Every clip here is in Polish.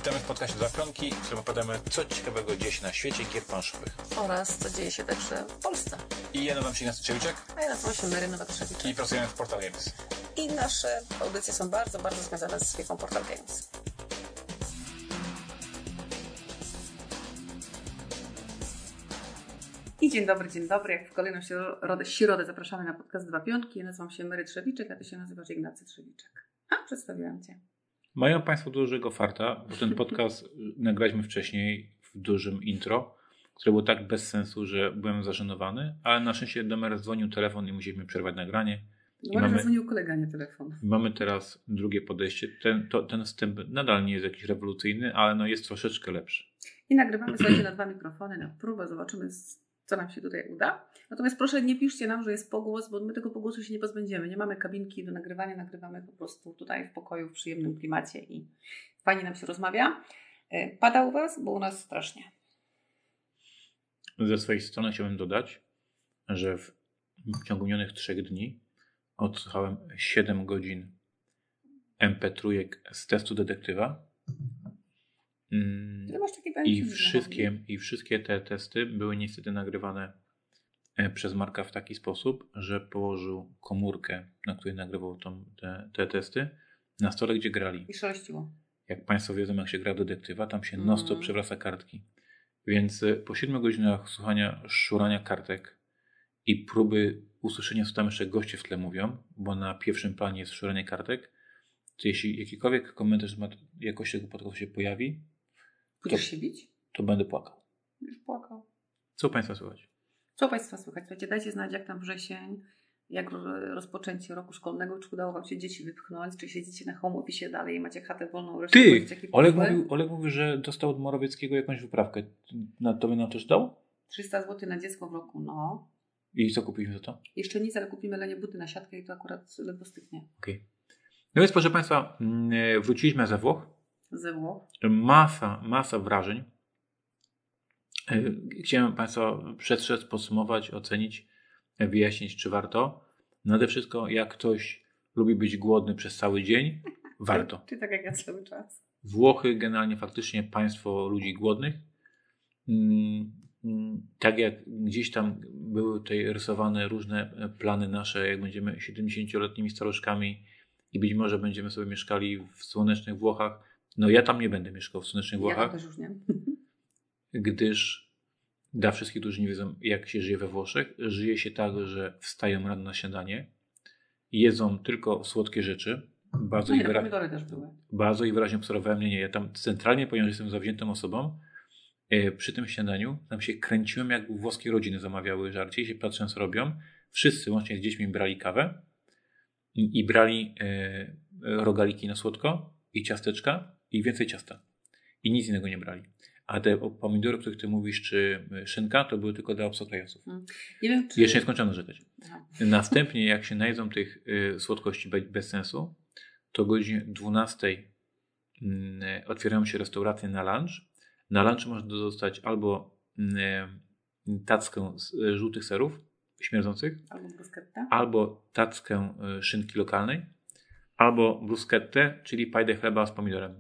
Witamy w podcaście Dwa Pionki, w którym opowiadamy, co ciekawego dzieje się na świecie gier planszowych. Oraz co dzieje się także w Polsce. I ja nazywam się Ignacy Trzewiczek. A ja nazywam się Mary Nowak-Trzewiczek. I pracujemy w Portal Games. I nasze audycje są bardzo, bardzo związane z firmą Portal Games. I dzień dobry. Jak w kolejną środę zapraszamy na podcast Dwa Pionki. Ja nazywam się Mary Trzewiczek, a ty się nazywasz Ignacy Trzewiczek. A, przedstawiłam cię. Mają Państwo dużego farta, bo ten podcast nagraliśmy wcześniej w dużym intro, które było tak bez sensu, że byłem zażenowany, ale na szczęście do mnie dzwonił telefon i musieliśmy przerwać nagranie. Zadzwonił kolega, nie telefon. Mamy teraz drugie podejście. Ten wstęp nadal nie jest jakiś rewolucyjny, ale no jest troszeczkę lepszy. I nagrywamy, słuchajcie, na 2 mikrofony, na próbę, zobaczymy, co nam się tutaj uda. Natomiast proszę, nie piszcie nam, że jest pogłos, bo my tego pogłosu się nie pozbędziemy. Nie mamy kabinki do nagrywania, nagrywamy po prostu tutaj w pokoju, w przyjemnym klimacie i fajnie nam się rozmawia. Pada u Was, bo u nas strasznie. Ze swojej strony chciałbym dodać, że w ciągu minionych 3 dni odsłuchałem 7 godzin MP3 z testu detektywa. I wszystkie te testy były niestety nagrywane przez Marka w taki sposób, że położył komórkę, na której nagrywał te testy, na stole, gdzie grali. I szeleściło. Jak Państwo wiedzą, jak się gra detektywa, tam się non-stop przewraca kartki. Więc po 7 godzinach słuchania szurania kartek i próby usłyszenia, co tam jeszcze goście w tle mówią, bo na pierwszym planie jest szuranie kartek, to jeśli jakikolwiek komentarz na temat jakości tego podcastu się pojawi, Pójdziesz się bić? To będę płakał. Już płakał. Co Państwa słychać? Słuchajcie, dajcie znać, jak tam wrzesień, jak rozpoczęcie roku szkolnego, czy udało Wam się dzieci wypchnąć, czy siedzicie na home office dalej i macie chatę wolną. Olek mówił, że dostał od Morawieckiego jakąś wyprawkę. To by nam też dał? 300 zł na dziecko w roku, no. I co kupiliśmy za to? Jeszcze nic, ale kupimy lenie buty na siatkę i to akurat ledwo styknie. Okej. No więc proszę Państwa, wróciliśmy ze Włoch. Masa wrażeń. Chciałem Państwa przetrzeć, podsumować, ocenić, wyjaśnić, czy warto. Nade wszystko, jak ktoś lubi być głodny przez cały dzień, warto. Czy tak jak ja cały czas. Włochy generalnie faktycznie państwo ludzi głodnych. Tak jak gdzieś tam były tutaj rysowane różne plany nasze, jak będziemy 70-letnimi staruszkami i być może będziemy sobie mieszkali w słonecznych Włochach. No ja tam nie będę mieszkał w słonecznych Włochach. Ja też już nie. Gdyż dla wszystkich, którzy nie wiedzą, jak się żyje we Włoszech, żyje się tak, że wstają rano na śniadanie, jedzą tylko słodkie rzeczy. Pomidory też były. Bardzo i wyraźnie obserwowałem, nie, ja tam centralnie, ponieważ jestem zawziętą osobą, przy tym śniadaniu tam się kręciłem, jak włoskie rodziny zamawiały żarcie i się patrzę, co robią. Wszyscy, łącznie z dziećmi, brali kawę i brali rogaliki na słodko i ciasteczka i więcej ciasta. I nic innego nie brali. A te pomidory, o których ty mówisz, czy szynka, to były tylko dla obcokrajowców. Nie wiem, czy... Jeszcze nie skończono żygać. Następnie, jak się najedzą tych słodkości bez sensu, to o godzinie 12 otwierają się restauracje na lunch. Na lunch można dostać albo tackę żółtych serów śmierdzących, albo tackę szynki lokalnej, albo bruschettę, czyli pajdę chleba z pomidorem.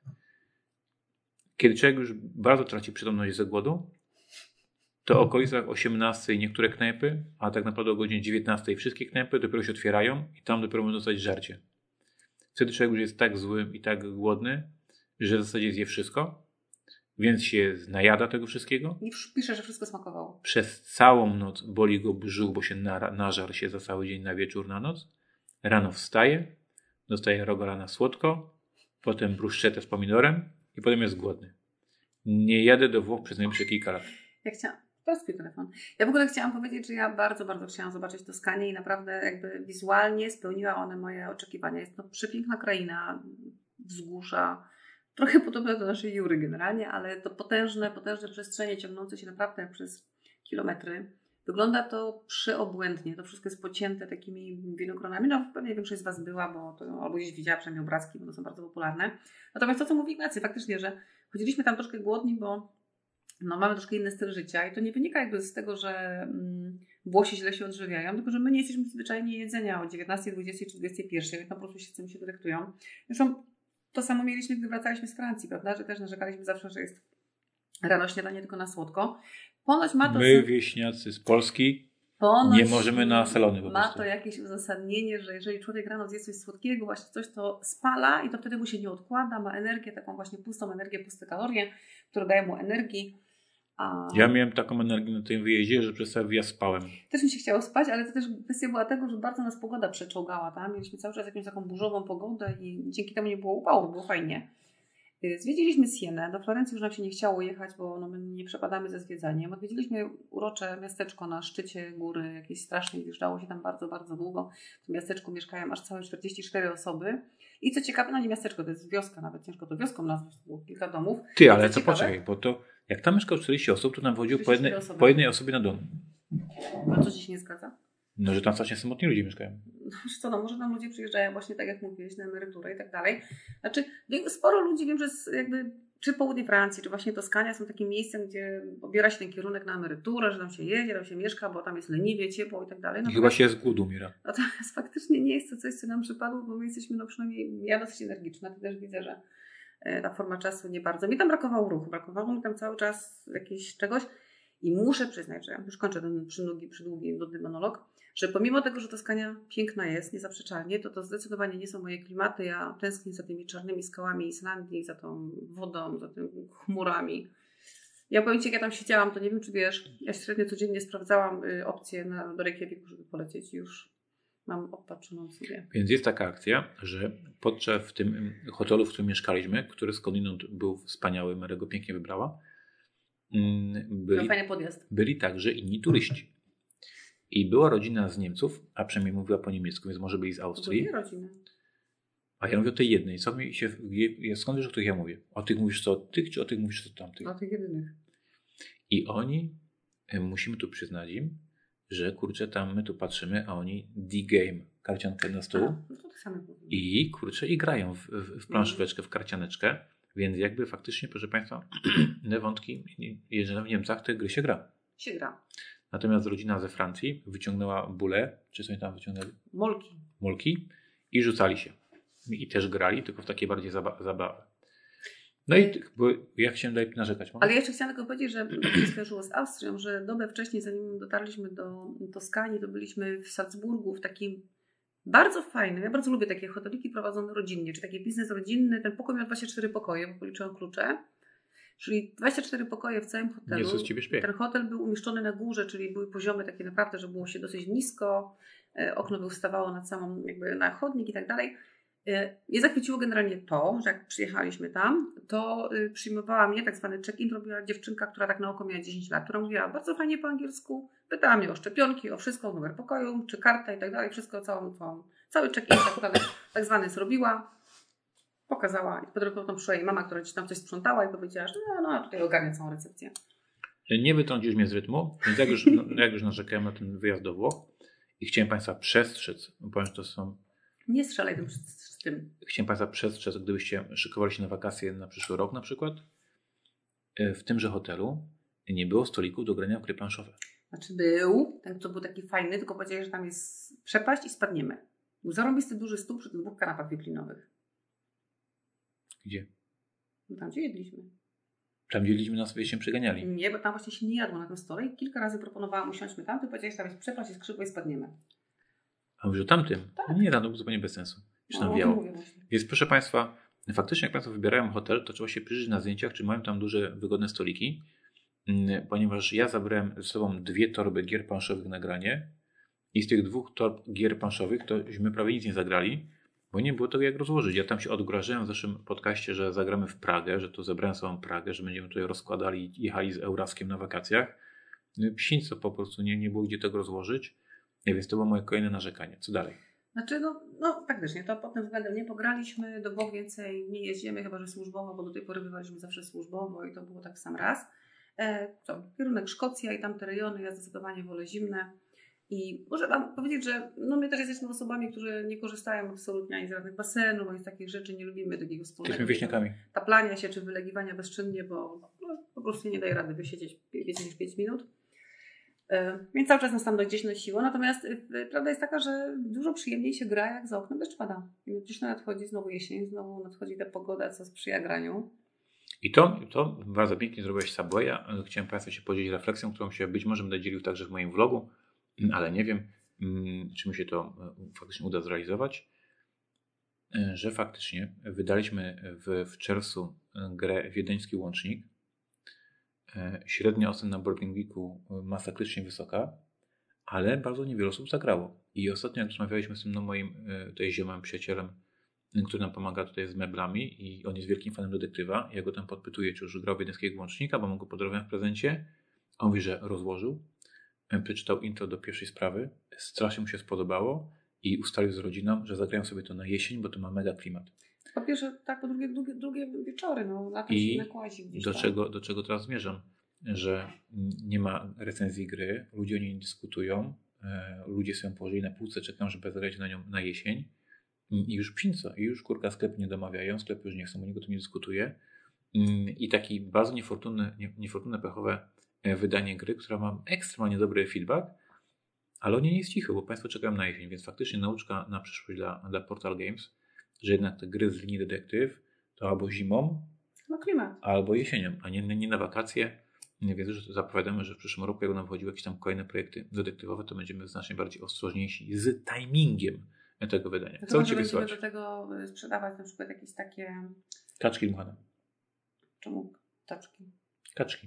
Kiedy człowiek już bardzo traci przytomność ze głodu, to o okolicach 18 niektóre knajpy, a tak naprawdę o godzinie 19 wszystkie knajpy dopiero się otwierają i tam dopiero można dostać żarcie. Wtedy człowiek już jest tak zły i tak głodny, że w zasadzie zje wszystko, więc się najada tego wszystkiego. I pisze, że wszystko smakowało. Przez całą noc boli go brzuch, bo się nażarł się za cały dzień, na wieczór, na noc. Rano wstaje, dostaje rogala na słodko, potem bruschetę z pomidorem i potem jest głodny. Nie jadę do Włoch przez najbliższe kilka lat. To jest twój telefon. Ja w ogóle chciałam powiedzieć, że ja bardzo, bardzo chciałam zobaczyć Toskanię i naprawdę jakby wizualnie spełniła one moje oczekiwania. Jest to przepiękna kraina, wzgórza, trochę podobna do naszej Jury generalnie, ale to potężne przestrzenie ciągnące się naprawdę przez kilometry. Wygląda to przeobłędnie. To wszystko jest pocięte takimi winogronami. No pewnie większość z Was była, bo to albo gdzieś widziała przynajmniej obrazki, bo to są bardzo popularne. Natomiast to, co mówi Ignacy, faktycznie, że chodziliśmy tam troszkę głodni, bo mamy troszkę inny styl życia i to nie wynika jakby z tego, że Włosi źle się odżywiają, tylko że my nie jesteśmy zwyczajnie jedzenia o 19, 20 czy 21, więc po prostu się z tym się delektują. Zresztą To samo mieliśmy, gdy wracaliśmy z Francji, prawda? Że też narzekaliśmy zawsze, że jest rano śniadanie tylko na słodko. Ponoć ma to... My, wieśniacy z Polski, nie możemy na salony po prostu. Ma to jakieś uzasadnienie, że jeżeli człowiek rano zje coś słodkiego, właśnie coś, to spala i to wtedy mu się nie odkłada, ma energię, taką właśnie pustą energię, puste kalorie, które dają mu energii. Ja miałem taką energię na tym wyjeździe, że przez cały wyjazd spałem. Też mi się chciało spać, ale to też kwestia była tego, że bardzo nas pogoda przeczołgała tam. Mieliśmy cały czas jakąś taką burzową pogodę i dzięki temu nie było upału, było fajnie. Zwiedziliśmy Sienę. Do Florencji już nam się nie chciało jechać, bo my nie przepadamy ze zwiedzaniem. Odwiedziliśmy urocze miasteczko na szczycie góry, jakieś strasznie, wjeżdżało się tam bardzo, bardzo długo. W tym miasteczku mieszkają aż całe 44 osoby. I co ciekawe, nie miasteczko, to jest wioska, nawet ciężko to wioską nazwać, było kilka domów. Ty, ale to poczekaj, bo to jak tam mieszkał 40 osób, to nam chodziło po jednej osobie na dom. A co ci się nie zgadza? No, że tam strasznie samotni ludzie mieszkają. No może tam ludzie przyjeżdżają właśnie tak jak mówiłeś, na emeryturę i tak dalej. Znaczy sporo ludzi, wiem, że jakby czy południe Francji, czy właśnie Toskania są takim miejscem, gdzie obiera się ten kierunek na emeryturę, że tam się jedzie, tam się mieszka, bo tam jest leniwie, ciepło i tak dalej. No chyba się z głodu umiera. Natomiast faktycznie nie jest to coś, co nam przypadło, bo my jesteśmy, no przynajmniej ja dosyć energiczna, ty też widzę, że ta forma czasu nie bardzo. Mi tam brakowało ruchu, brakowało mi tam cały czas jakiegoś czegoś i muszę przyznać, że ja już kończę ten przydługi, nudny monolog, że pomimo tego, że Toskania piękna jest, niezaprzeczalnie, to zdecydowanie nie są moje klimaty. Ja tęsknię za tymi czarnymi skałami Islandii, za tą wodą, za tymi chmurami. Ja powiem Ci, jak ja tam siedziałam, to nie wiem, czy wiesz, ja średnio codziennie sprawdzałam opcje do Reykjaviku, żeby polecieć i już mam opatrzoną sobie. Więc jest taka akcja, że podczas w tym hotelu, w którym mieszkaliśmy, który skądinąd był wspaniały, Mary go pięknie wybrała, byli także inni turyści. I była rodzina z Niemców, a przynajmniej mówiła po niemiecku, więc może byli z Austrii. To rodziny. A ja mówię o tej jednej. Skąd wiesz, o których ja mówię? O tych mówisz co o tych, czy o tych mówisz co o tamtych? O tych jedynych. I oni, musimy tu przyznać im, że kurczę, tam my tu patrzymy, a oni D-game, karciankę na stół. No to same I kurczę, i grają w planszóweczkę, w karcianeczkę. Więc jakby faktycznie, proszę Państwa, te wątki, jeżeli w Niemcach, te gry się gra. Się gra. Natomiast rodzina ze Francji wyciągnęła bule, czy coś tam wyciągnęli? Molki i rzucali się. I też grali, tylko w takie bardziej zabawy. No i bo ja chciałem tutaj narzekać. Ale jeszcze chciałam tylko powiedzieć, że to się skojarzyło z Austrią, że dobę wcześniej, zanim dotarliśmy do Toskanii, to byliśmy w Salzburgu w takim bardzo fajnym, ja bardzo lubię takie hoteliki prowadzone rodzinnie, czy taki biznes rodzinny. Ten pokój miał 24 pokoje, bo policzyłam klucze. Czyli 24 pokoje w całym hotelu. Jezus, ciebie śpię. Ten hotel był umieszczony na górze, czyli były poziomy takie naprawdę, że było się dosyć nisko. Okno wystawało na samą, jakby na chodnik i tak dalej. Mnie zachwyciło generalnie to, że jak przyjechaliśmy tam, to przyjmowała mnie, tak zwany check-in robiła dziewczynka, która tak na oko miała 10 lat, która mówiła bardzo fajnie po angielsku, pytała mnie o szczepionki, o wszystko, o numer pokoju, czy kartę i tak dalej, wszystko, cały check-in tak zwany zrobiła. Pokazała i potem przyszła jej mama, która ci tam coś sprzątała i powiedziała, że no tutaj ogarnia całą recepcję. Nie wytrącisz mnie z rytmu, więc jak już narzekałem na ten wyjazd do Włoch i chciałem Państwa przestrzec, powiem, że to są... Nie strzelaj z tym. Chciałem Państwa przestrzec, gdybyście szykowali się na wakacje na przyszły rok na przykład, w tymże hotelu nie było stolików do grania w gry planszowe. Znaczy to był taki fajny, tylko powiedzieli, że tam jest przepaść i spadniemy. Był zarąbisty duży stół przy tych 2 kanapach wiklinowych. Gdzie? No tam, gdzie jedliśmy. Tam, gdzie jedliśmy, nas się przeganiali. Nie, bo tam właśnie się nie jadło na tym stole i kilka razy proponowałam usiądźmy tam, ty powiedziałeś, że tam jest przepaść, jest krzywo i spadniemy. A mówisz o tamtym? Tak. Nie, no zupełnie bez sensu. Już tam wiało. Więc proszę Państwa, faktycznie jak Państwo wybierają hotel, to trzeba się przyjrzeć na zdjęciach, czy mają tam duże, wygodne stoliki, ponieważ ja zabrałem ze sobą 2 torby gier planszowych na granie i z tych 2 torb gier planszowych tośmy prawie nic nie zagrali, bo nie było tego jak rozłożyć. Ja tam się odgrażyłem w zeszłym podcaście, że zagramy w Pragę, że tu zebrałem sobą Pragę, że będziemy tutaj rozkładali i jechali z Euraskiem na wakacjach. Psińco po prostu nie było gdzie tego rozłożyć, więc to było moje kolejne narzekanie. Co dalej? Znaczy, no faktycznie, to pod tym względem nie pograliśmy, do Włoch więcej nie jeździmy, chyba że służbowo, bo do tej pory bywaliśmy zawsze służbowo i to było tak sam raz. Kierunek Szkocja i tamte rejony, ja zdecydowanie wolę zimne. I muszę Wam powiedzieć, że my też jesteśmy osobami, które nie korzystają absolutnie ani z żadnych basenów, ani z takich rzeczy, nie lubimy takiego wspólnego. Jesteśmy wieśniakami. Taplania się czy wylegiwania bezczynnie, bo po prostu nie daje rady wysiedzieć więcej niż 5 minut. Więc cały czas nas tam gdzieś nosiło. Natomiast prawda jest taka, że dużo przyjemniej się gra, jak za oknem deszcz pada. I gdzieś nadchodzi znowu jesień, znowu nadchodzi ta pogoda, co sprzyja graniu. I to bardzo pięknie zrobiłeś Subwaya. Chciałem Państwu się podzielić refleksją, którą się być może będę dzielił także w moim vlogu, ale nie wiem, czy mi się to faktycznie uda zrealizować, że faktycznie wydaliśmy w czerwcu grę Wiedeński Łącznik. Średnia ocena na Boarding Geeku masakrycznie wysoka, ale bardzo niewiele osób zagrało. I ostatnio jak rozmawialiśmy z tym moim tutaj ziomem, przyjacielem, który nam pomaga tutaj z meblami i on jest wielkim fanem detektywa. Ja go tam podpytuję, czy już grał Wiedeńskiego Łącznika, bo mu go podarowałem w prezencie. On mówi, że rozłożył. Przeczytał intro do pierwszej sprawy. Strasznie mu się spodobało i ustalił z rodziną, że zagrają sobie to na jesień, bo to ma mega klimat. Po pierwsze, tak, po drugie, długie wieczory, no latem się nakłazi gdzieś. Do czego teraz zmierzam? Że nie ma recenzji gry, ludzie o niej nie dyskutują, ludzie sobie ją położyli na półce, czekają, żeby zagrać na nią na jesień i już psinco, i już kurka sklepy nie domawiają, sklepy już nie chcą, bo nikt o tym nie dyskutuje. I taki bardzo niefortunne, pechowe wydanie gry, która ma ekstremalnie dobry feedback, ale o niej nie jest cicho, bo Państwo czekają na jesień, więc faktycznie nauczka na przyszłość dla Portal Games, że jednak te gry z linii detektyw to albo zimą, klimat, albo jesienią, a nie na wakacje. Więc już zapowiadamy, że w przyszłym roku, jak nam wchodziły jakieś tam kolejne projekty detektywowe, to będziemy znacznie bardziej ostrożniejsi z timingiem tego wydania. Co u Ciebie wysłać? Do tego sprzedawać na przykład jakieś takie... Kaczki dmuchane. Czemu taczki? Kaczki.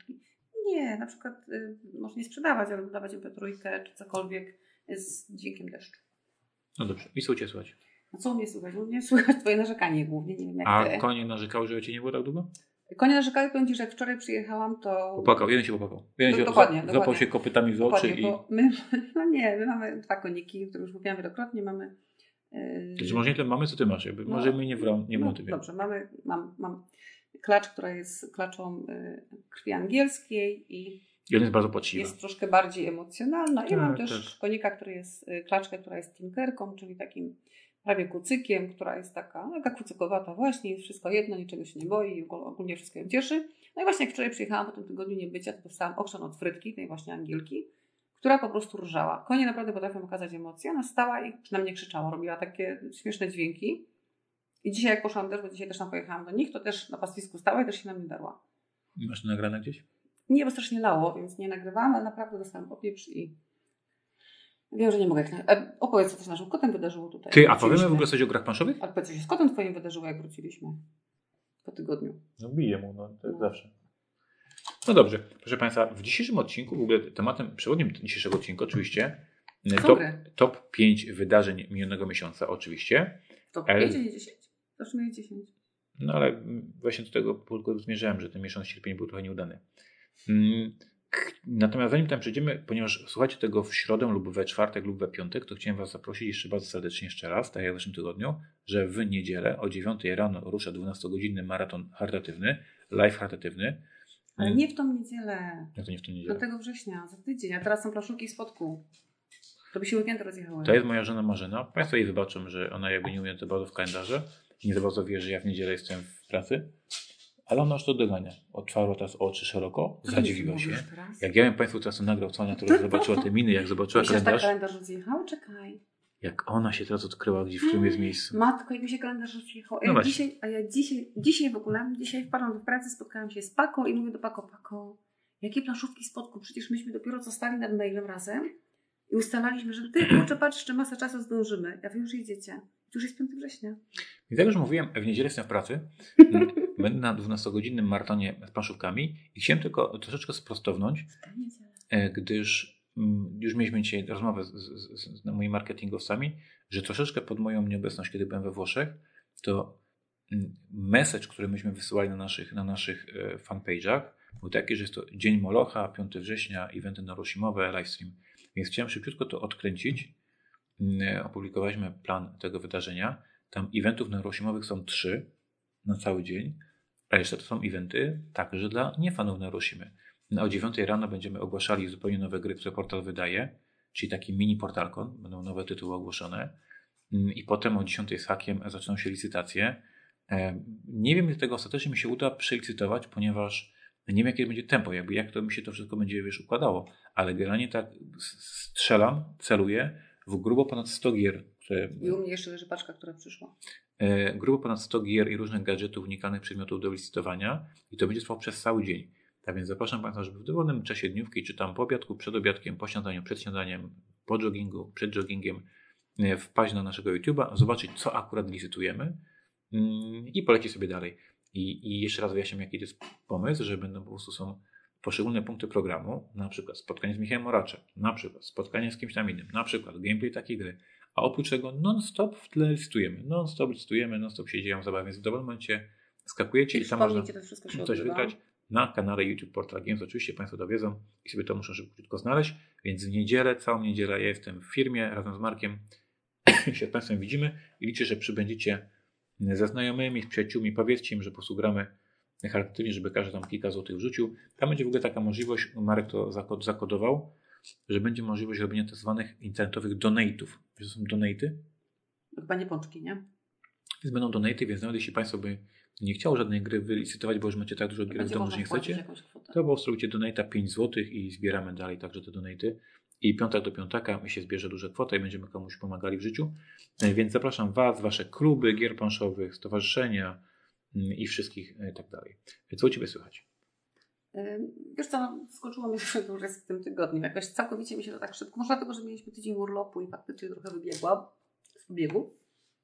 Nie, na przykład może nie sprzedawać, ale dodawać MP3 czy cokolwiek z dźwiękiem deszczu. No dobrze. I co u Ciebie słychać? No co u mnie słychać? U mnie słychać Twoje narzekanie głównie. Nie wiem jak Ty. Konie narzekały, że Cię nie było tak długo? Konie narzekały, powiem Ci, że jak wczoraj przyjechałam, to... Popłakał, jeden się popłakał. Dokładnie. Zapał się kopytami w oczy i... Bo my mamy 2 koniki, które już mówiłam wielokrotnie, mamy... Czy może nie tyle mamy, co Ty masz? Może my nie wątpię. Dobrze, mam klacz, która jest klaczą krwi angielskiej i jest bardzo płaciwa. Jest troszkę bardziej emocjonalna. I mam też konika, klaczkę, która jest tinkerką, czyli takim prawie kucykiem, która jest taka kucykowata właśnie, jest wszystko jedno, niczego się nie boi, ogólnie wszystko ją cieszy. No i właśnie jak wczoraj przyjechałam po tym tygodniu niebycia, to dostałam okrzan od Frytki, tej właśnie Angielki, która po prostu rżała. Konie naprawdę potrafią okazać emocje. Ona stała i na mnie krzyczała, robiła takie śmieszne dźwięki. I dzisiaj jak poszłam też, bo dzisiaj też tam pojechałam do nich, to też na pastwisku stała i też się na mnie darła. Masz to nagrane gdzieś? Nie, bo strasznie lało, więc nie nagrywałam, ale naprawdę dostałam popieprz i wiem, że nie mogę. Opowiedz, co też naszym kotem wydarzyło tutaj. Ty, a powiemy w ogóle coś o grach planszowych? Ale powiedz, co się z kotem twoim wydarzyło, jak wróciliśmy po tygodniu. No bije mu, to jak zawsze. No dobrze, proszę Państwa, w dzisiejszym odcinku, w ogóle tematem przewodnim dzisiejszego odcinku oczywiście top 5 wydarzeń minionego miesiąca oczywiście. Top 5, nie 10? To już mieli 10. No ale właśnie do tego zmierzałem, że ten miesiąc sierpień był trochę nieudany. Natomiast zanim tam przejdziemy, ponieważ słuchacie tego w środę lub we czwartek lub we piątek, to chciałem Was zaprosić jeszcze bardzo serdecznie jeszcze raz, tak jak w zeszłym tygodniu, że w niedzielę o 9 rano rusza 12-godzinny maraton charytatywny, live charytatywny. Ale nie w tą niedzielę. No to nie w tą niedzielę. 5 września, za tydzień, a teraz są planszówki z Spodku. To by się weekend rozjechały. To jest moja żona Marzena. Państwo jej wybaczą, że ona jakby nie umie to bardzo w kalendarze. Nie za bardzo wie, że ja w niedzielę jestem w pracy. Ale ona już to dogania. Otwarła teraz oczy szeroko, zadziwiła się. Jak ja bym Państwu teraz nagrał całą naturę, zobaczyła te miny, jak zobaczyła kalendarz. Tak kalendarz rozjechał? Czekaj. Jak ona się teraz odkryła, gdzie w którym jest miejscu. Matko, jak mi się kalendarz rozjechał. No Dzisiaj w ogóle, wpadłam do pracy, spotkałam się z Paką i mówię do Pako, jakie planszówki Spodku? Przecież myśmy dopiero co stali nad mailem razem i ustalaliśmy, że ty, kurczę, patrz, jeszcze masę czasu zdążymy. Ja wiem, już jedziecie. To już jest 5 września. I tak już mówiłem, w niedzielę jestem w pracy. Będę na 12-godzinnym maratonie z planszówkami i chciałem tylko troszeczkę sprostownąć, gdyż już mieliśmy dzisiaj rozmowę z moimi marketingowcami, że troszeczkę pod moją nieobecność, kiedy byłem we Włoszech, to message, który myśmy wysyłali na naszych fanpage'ach, był taki, że jest to Dzień Molocha, 5 września, eventy naroshimowe, livestream. Więc chciałem szybciutko to odkręcić. Opublikowaliśmy plan tego wydarzenia. Tam eventów naroshimowych są 3 na cały dzień, a jeszcze to są eventy także dla niefanów Naroshimy. O 9 rano będziemy ogłaszali zupełnie nowe gry, które portal wydaje, czyli taki mini portalkon, będą nowe tytuły ogłoszone i potem o 10 z hakiem zaczną się licytacje. Nie wiem, ile tego ostatecznie mi się uda przelicytować, ponieważ nie wiem, jakie będzie tempo, jak to mi się to wszystko będzie układało, ale generalnie tak strzelam, celuję w grubo ponad 100 gier. I u mnie jeszcze leży paczka, która przyszła. Grubo ponad 100 gier i różnych gadżetów, unikalnych przedmiotów do licytowania i to będzie trwało przez cały dzień. Tak więc zapraszam Państwa, żeby w dowolnym czasie dniówki, czy tam po obiadku, przed obiadkiem, po śniadaniu, przed śniadaniem, po joggingu, przed joggingiem, wpaść na naszego YouTube'a, zobaczyć, co akurat licytujemy i polecieć sobie dalej. I jeszcze raz wyjaśniam, jaki to jest pomysł, że będą po prostu są poszczególne punkty programu, na przykład spotkanie z Michałem Moraczem, na przykład spotkanie z kimś tam innym, na przykład gameplay takiej gry, a oprócz tego non-stop w tle licytujemy, non-stop się dzieją zabawy, więc w dowolnym momencie skakujecie i tam można coś wygrać na kanale YouTube Portal Games. Oczywiście Państwo to wiedzą i sobie to muszą szybko znaleźć, więc w niedzielę, całą niedzielę ja jestem w firmie razem z Markiem, się z Państwem widzimy i liczę, że przybędziecie ze znajomymi, z przyjaciółmi, powiedzcie im, że po prostu gramy charakternie, żeby każdy tam kilka złotych wrzucił. Tam będzie w ogóle taka możliwość, Marek to zakodował, że będzie możliwość robienia tak zwanych internetowych donate'ów. To są donate'y? Chyba nie pączki, nie? Więc będą donate'y, więc nawet jeśli Państwo by nie chciało żadnej gry wylicytować, bo już macie tak dużo gier w domu, że nie chcecie, to po prostu robicie donate'a 5 zł i zbieramy dalej także te donate'y. I piątek do piątaka się zbierze duża kwota i będziemy komuś pomagali w życiu. Więc zapraszam Was, Wasze kluby gier planszowych, stowarzyszenia i wszystkich tak dalej. Co u Ciebie słychać? Wiesz co, skoczyło mi, że już jest w tym tygodniu. Jakoś całkowicie mi się to tak szybko. Może dlatego, że mieliśmy tydzień urlopu i faktycznie trochę wybiegłam z pobiegu.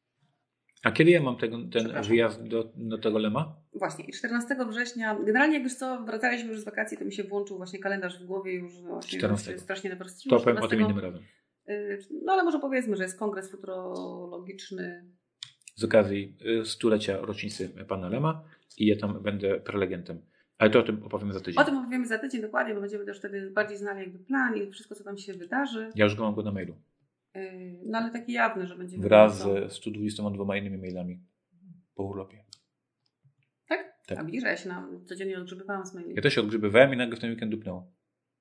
A kiedy ja mam ten wyjazd do tego Lema? Właśnie, i 14 września, generalnie jak wiesz co, wracaliśmy już z wakacji, to mi się włączył właśnie kalendarz w głowie już właśnie 14. Strasznie naprościło. To powiem o tym innym razem. No ale może powiedzmy, że jest kongres futurologiczny. Z okazji 100-lecia rocznicy pana Lema i ja tam będę prelegentem. Ale to o tym opowiemy za tydzień. O tym opowiemy za tydzień dokładnie, bo będziemy też wtedy bardziej znali jakby plan i wszystko, co tam się wydarzy. Ja już go mam na mailu. No ale taki jawny, że będziemy... Wraz ze 122 innymi mailami po urlopie. Tak? A widzisz, ja się codziennie odgrzebywałam z maili. Ja też się odgrzebywałem i nagle w ten weekend dupnęło.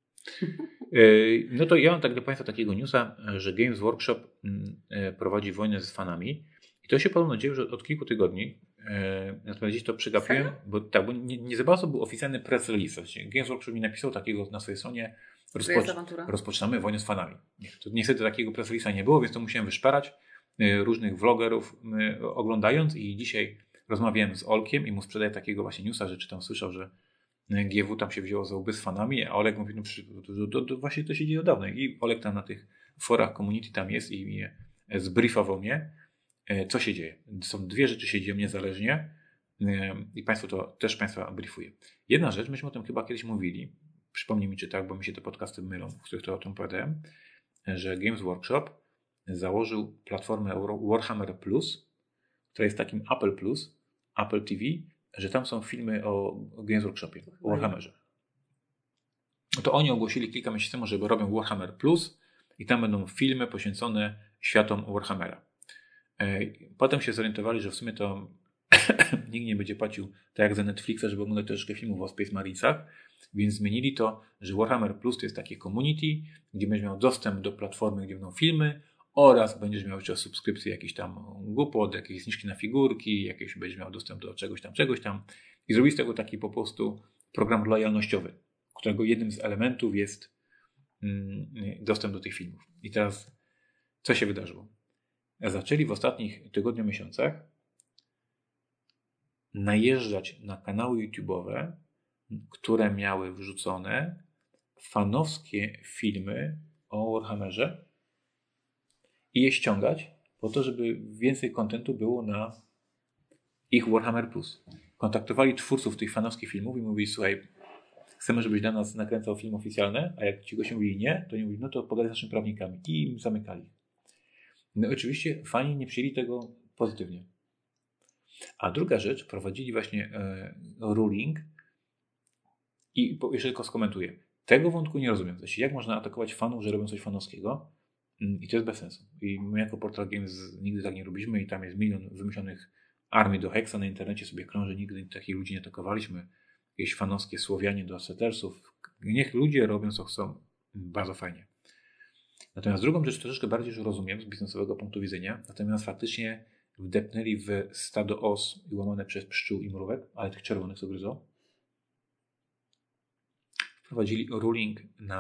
No to ja mam tak do Państwa takiego newsa, że Games Workshop prowadzi wojnę z fanami. I to się podobno dzieje już od kilku tygodni. Natomiast gdzieś to przegapiłem, bo nie za bardzo był oficjalny press release. Games Workshop mi napisał takiego na swojej stronie. Rozpoczynamy wojnę z fanami. Niestety takiego press release'a nie było, więc to musiałem wyszperać różnych vlogerów oglądając i dzisiaj rozmawiałem z Olkiem i mu sprzedaję takiego właśnie newsa, że czytam, słyszał, że GW tam się wzięło za łby z fanami, a Olek mówi, no właśnie to się dzieje od dawna. I Olek tam na tych forach community tam jest i mnie zbriefował mnie, co się dzieje. Są dwie rzeczy się dzieją niezależnie i Państwu to też Państwa briefuje. Jedna rzecz, myśmy o tym chyba kiedyś mówili, przypomnij mi czy tak, bo mi się te podcasty mylą, w których to o tym opowiadałem, że Games Workshop założył platformę Warhammer Plus, która jest takim Apple Plus, Apple TV, że tam są filmy o Games Workshopie, o Warhammerze. No to oni ogłosili kilka miesięcy temu, że robią Warhammer Plus i tam będą filmy poświęcone światom Warhammera. Potem się zorientowali, że w sumie to nikt nie będzie płacił tak jak za Netflixa, żeby oglądać troszkę filmów o Space Marinesach, więc zmienili to, że Warhammer Plus to jest takie community, gdzie będziesz miał dostęp do platformy, gdzie będą filmy oraz będziesz miał jeszcze subskrypcję jakichś tam głupot, jakieś zniżki na figurki, jakieś będziesz miał dostęp do czegoś tam i zrobili z tego taki po prostu program lojalnościowy, którego jednym z elementów jest dostęp do tych filmów. I teraz co się wydarzyło? Zaczęli w ostatnich tygodniach, miesiącach najeżdżać na kanały YouTube'owe, które miały wrzucone fanowskie filmy o Warhammerze i je ściągać po to, żeby więcej kontentu było na ich Warhammer Plus. Kontaktowali twórców tych fanowskich filmów i mówili, słuchaj, chcemy, żebyś dla nas nakręcał film oficjalny, a jak ci goście mówili nie, to oni mówili, no to pogadaj z naszymi prawnikami i im zamykali. No oczywiście fani nie przyjęli tego pozytywnie. A druga rzecz, prowadzili właśnie ruling i jeszcze tylko skomentuję. Tego wątku nie rozumiem. Znaczy, jak można atakować fanów, że robią coś fanowskiego? I to jest bez sensu. I my jako Portal Games nigdy tak nie robiliśmy i tam jest milion wymyślonych armii do Hexa na internecie sobie krąży. Nigdy takich ludzi nie atakowaliśmy. Jakieś fanowskie Słowianie do Settersów. Niech ludzie robią co chcą. Bardzo fajnie. Natomiast drugą rzecz troszeczkę bardziej już rozumiem z biznesowego punktu widzenia. Natomiast faktycznie wdepnęli w stado os i łamane przez pszczół i mrówek, ale tych czerwonych co gryzą. Wprowadzili ruling na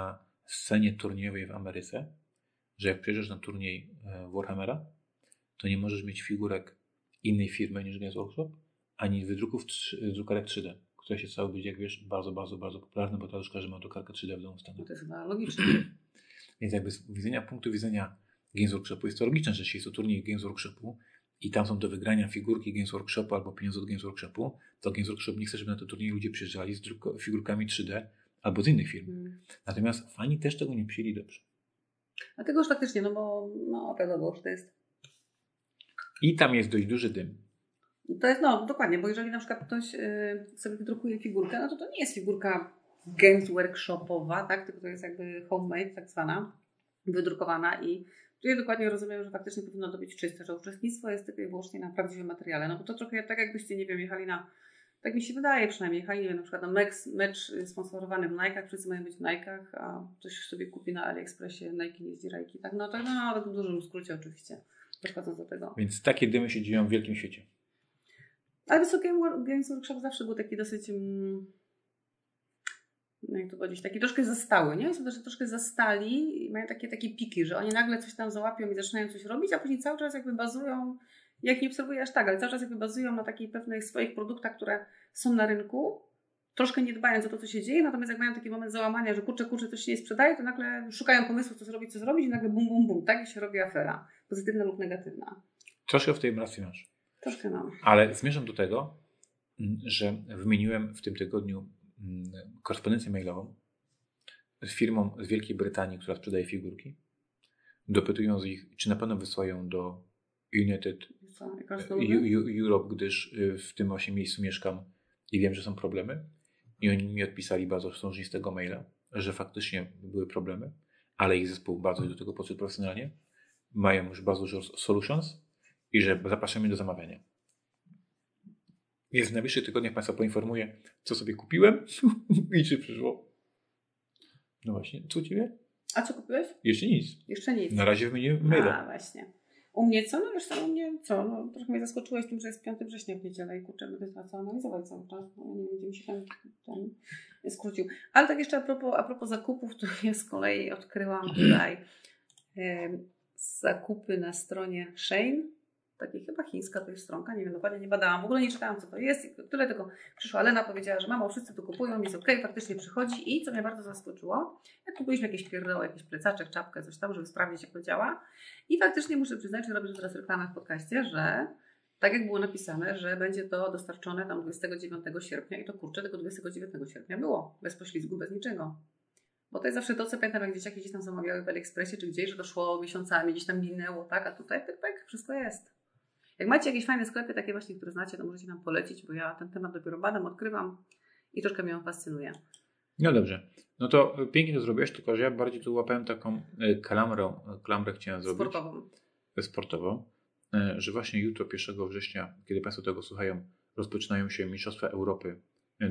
scenie turniejowej w Ameryce, że jak przyjeżdżasz na turniej Warhammera, to nie możesz mieć figurek innej firmy niż Games Workshop, ani drukarek 3D, które się stały być, jak wiesz, bardzo, bardzo, bardzo popularne, bo teraz każdy ma drukarkę 3D w domu w Stanach. To jest chyba logiczne. Więc jakby z punktu widzenia Games Workshopu jest to logiczne, że jeśli jest to turniej Games Workshopu i tam są do wygrania figurki Games Workshopu albo pieniądze od Games Workshopu, to Games Workshop nie chce, żeby na to turniej ludzie przyjeżdżali z figurkami 3D albo z innych firm. Natomiast fani też tego nie przyjęli dobrze. Dlatego już faktycznie, no bo wiadomo, że to jest... I tam jest dość duży dym. To jest, no dokładnie, bo jeżeli na przykład ktoś sobie wydrukuje figurkę, no to nie jest figurka Games Workshopowa, tak? Tylko to jest jakby homemade, tak zwana, wydrukowana i tu ja dokładnie rozumiem, że faktycznie powinno to być czyste, że uczestnictwo jest tylko i wyłącznie na prawdziwym materiale. No bo to trochę tak jakbyście, nie wiem, jechali na, tak mi się wydaje przynajmniej, jechali, nie wiem, na przykład na mecz sponsorowany w Nike'ach, wszyscy mają być w Nike'ach, a ktoś sobie kupi na AliExpressie Nike nie zdzirajki, tak? No to w dużym skrócie oczywiście, dochodząc do tego. Więc takie dymy się dzieją w wielkim świecie. Ale Games Workshop zawsze był taki dosyć, jak to powiedzieć, taki troszkę zastały, nie? Są też troszkę zastali i mają takie piki, że oni nagle coś tam załapią i zaczynają coś robić, a później cały czas jakby bazują, jak nie obserwuję aż tak, ale cały czas jakby bazują na takich pewnych swoich produktach, które są na rynku, troszkę nie dbając o to, co się dzieje, natomiast jak mają taki moment załamania, że kurczę, coś się nie sprzedaje, to nagle szukają pomysłu, co zrobić i nagle bum, bum, bum, tak? I się robi afera, pozytywna lub negatywna. Troszkę w tej racji masz. Troszkę mam. Ale zmierzam do tego, że wymieniłem w tym tygodniu korespondencję mailową z firmą z Wielkiej Brytanii, która sprzedaje figurki, dopytując ich, czy na pewno wysyłają do United Europe, gdyż w tym właśnie miejscu mieszkam i wiem, że są problemy. I oni mi odpisali bardzo wstążnistego maila, że faktycznie były problemy, ale ich zespół bardzo do tego podszedł profesjonalnie. Mają już bardzo dużo solutions i że zapraszamy do zamawiania. Więc w najbliższych tygodniach Państwa poinformuję, co sobie kupiłem i czy przyszło. No właśnie, co u Ciebie? A co kupiłeś? Jeszcze nic. Jeszcze nic. Na razie wymieniłem maila. A właśnie. U mnie co? No wiesz co, u mnie co? No, trochę mnie zaskoczyłeś tym, że jest 5 września w niedzielę i kurczę, będę trzeba co analizować cały czas. No, nie wiem, gdzie mi się ten skrócił. Ale tak jeszcze a propos zakupów, to ja z kolei odkryłam tutaj zakupy na stronie Shein. Takiej chyba chińska to jest stronka, nie wiem, dokładnie nie badałam, w ogóle nie czytałam, co to jest. Tyle tylko przyszła Lena, powiedziała, że mamo, wszyscy tu kupują, jest okej, faktycznie przychodzi i co mnie bardzo zaskoczyło, jak kupiliśmy jakieś pierdoły, jakiś plecaczek, czapkę, coś tam, żeby sprawdzić, jak to działa. I faktycznie muszę przyznać, że robię teraz reklamę w podcaście, że tak jak było napisane, że będzie to dostarczone tam 29 sierpnia i to kurczę, tego 29 sierpnia było, bez poślizgu, bez niczego. Bo to jest zawsze to, co pamiętam, jak dzieciaki gdzieś tam zamawiały w AliExpressie czy gdzieś, że to szło miesiącami, gdzieś tam minęło, tak, a tutaj pyk, wszystko jest. Jak macie jakieś fajne sklepy, takie właśnie, które znacie, to możecie nam polecić, bo ja ten temat dopiero badam, odkrywam i troszkę mnie on fascynuje. No dobrze. No to pięknie to zrobiłeś, tylko że ja bardziej tu łapałem taką klamrę chciałem zrobić. Sportową. Że właśnie jutro, 1 września, kiedy Państwo tego słuchają, rozpoczynają się Mistrzostwa Europy.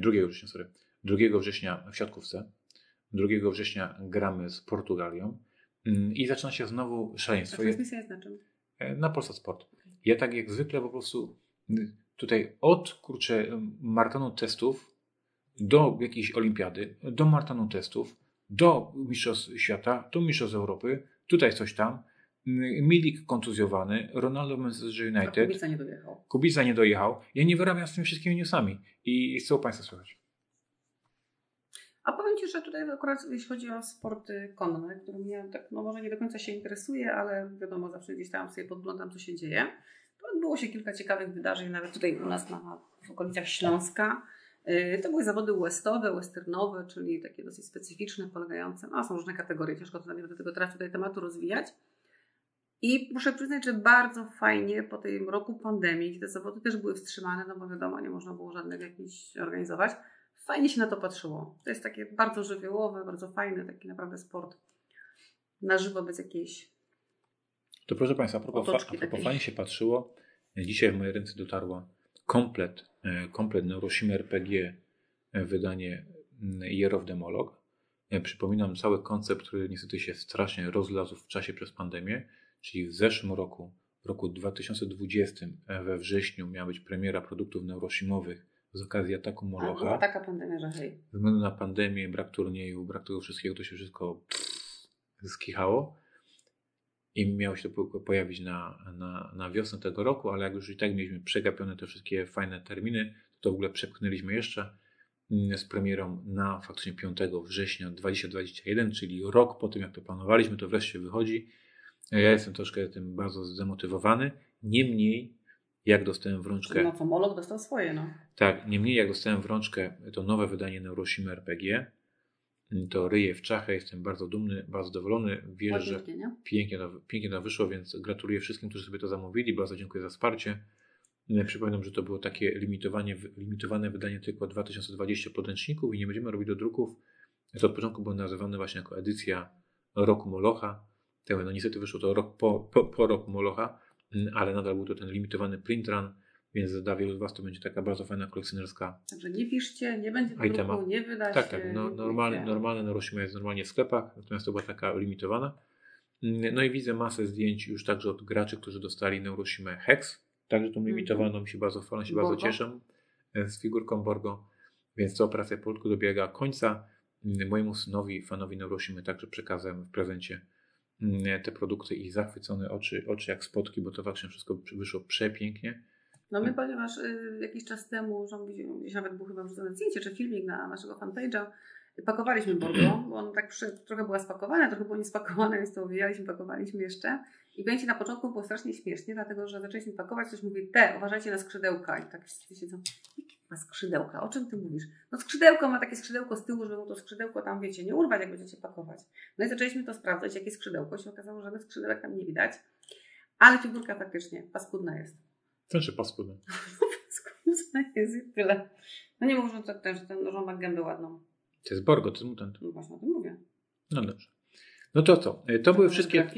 2 września w siatkówce. 2 września gramy z Portugalią. I zaczyna się znowu szaleństwo. A transmisja jest na czym? Na Polsat Sport. Ja tak jak zwykle po prostu tutaj od maratonu testów do jakiejś olimpiady, do maratonu testów, do mistrzostw świata, do mistrzostw Europy, tutaj coś tam. Milik kontuzjowany, Ronaldo Manchester United. Kubica nie dojechał. Ja nie wyrabiam z tymi wszystkimi newsami. I co Państwa słychać? A powiem Ci, że tutaj akurat jeśli chodzi o sporty konne, które mnie tak, no może nie do końca się interesuje, ale wiadomo, zawsze gdzieś tam sobie podglądam, co się dzieje. To odbyło się kilka ciekawych wydarzeń, nawet tutaj u nas w okolicach Śląska. To były zawody westernowe, czyli takie dosyć specyficzne, polegające, są różne kategorie, ciężko to nie będę tego teraz tutaj tematu rozwijać. I muszę przyznać, że bardzo fajnie po tym roku pandemii, gdzie te zawody też były wstrzymane, no bo wiadomo, nie można było żadnych jakichś organizować, fajnie się na to patrzyło. To jest takie bardzo żywiołowe, bardzo fajny, taki naprawdę sport na żywo, bez jakiejś... To proszę Państwa, a propos fajnie się patrzyło, dzisiaj w moje ręce dotarła komplet Neurosim RPG, wydanie Year of Demolog. Przypominam cały koncept, który niestety się strasznie rozlazł w czasie przez pandemię, czyli w zeszłym roku, w roku 2020 we wrześniu miała być premiera produktów neurosimowych z okazji ataku Molocha. Była taka pandemia, że hej. Ze względu na pandemię, brak turnieju, brak tego wszystkiego, to się wszystko skichało i miało się to pojawić na wiosnę tego roku, ale jak już i tak mieliśmy przegapione te wszystkie fajne terminy, to w ogóle przepchnęliśmy jeszcze z premierą na faktycznie 5 września 2021, czyli rok po tym, jak to planowaliśmy, to wreszcie wychodzi. Ja jestem troszkę tym bardzo zdemotywowany. Niemniej, jak dostałem w rączkę... No to Moloch dostał swoje, no. Tak, niemniej jak dostałem w rączkę to nowe wydanie Neuroshima RPG, to ryję w czachę, jestem bardzo dumny, bardzo zadowolony. Wierzę, że pięknie to wyszło, więc gratuluję wszystkim, którzy sobie to zamówili. Bardzo dziękuję za wsparcie. Przypominam, że to było takie limitowane wydanie tylko 2020 podręczników i nie będziemy robić dodruków. To od początku było nazywane właśnie jako edycja Roku Molocha. No niestety wyszło to rok po Roku Molocha, ale nadal był to ten limitowany print run, więc dla wielu z Was to będzie taka bardzo fajna kolekcjonerska. Także nie piszcie, nie będzie dodruku, nie wyda się. Tak. Normalne Neuroshima jest normalnie w sklepach, natomiast to była taka limitowana. No i widzę masę zdjęć już także od graczy, którzy dostali Neuroshima Hex. Także tą limitowaną mi się bardzo chwalę, się bardzo cieszę z figurką Borgo, więc ta operacja powolutku dobiega końca. Mojemu synowi, fanowi Neuroshimy, także przekazałem w prezencie te produkty i zachwycone oczy jak spotki, bo to faktycznie wszystko wyszło przepięknie. No my, ponieważ jakiś czas temu, gdzieś nawet był chyba wrzucone zdjęcie czy filmik na naszego fanpage'a, pakowaliśmy Borgo, bo on tak trochę była spakowana, trochę było niespakowane, więc to owijaliśmy, pakowaliśmy jeszcze. I będzie na początku było strasznie śmiesznie, dlatego że zaczęliśmy pakować, ktoś mówi, uważajcie na skrzydełka. I tak wszyscy siedzą, jakie ma skrzydełka? O czym ty mówisz? No skrzydełko ma takie skrzydełko z tyłu, żeby mu to skrzydełko tam, wiecie, nie urwać, jak będziecie pakować. No i zaczęliśmy to sprawdzać, jakie skrzydełko. Się okazało, że żadnych skrzydełek tam nie widać. Ale figurka faktycznie paskudna jest. Znaczy paskudna. Paskudna jest i tyle. No nie mów, że że on ma gębę ładną. To jest Borgo, to jest mutant. No właśnie o tym mówię. No dobrze. No to co? To były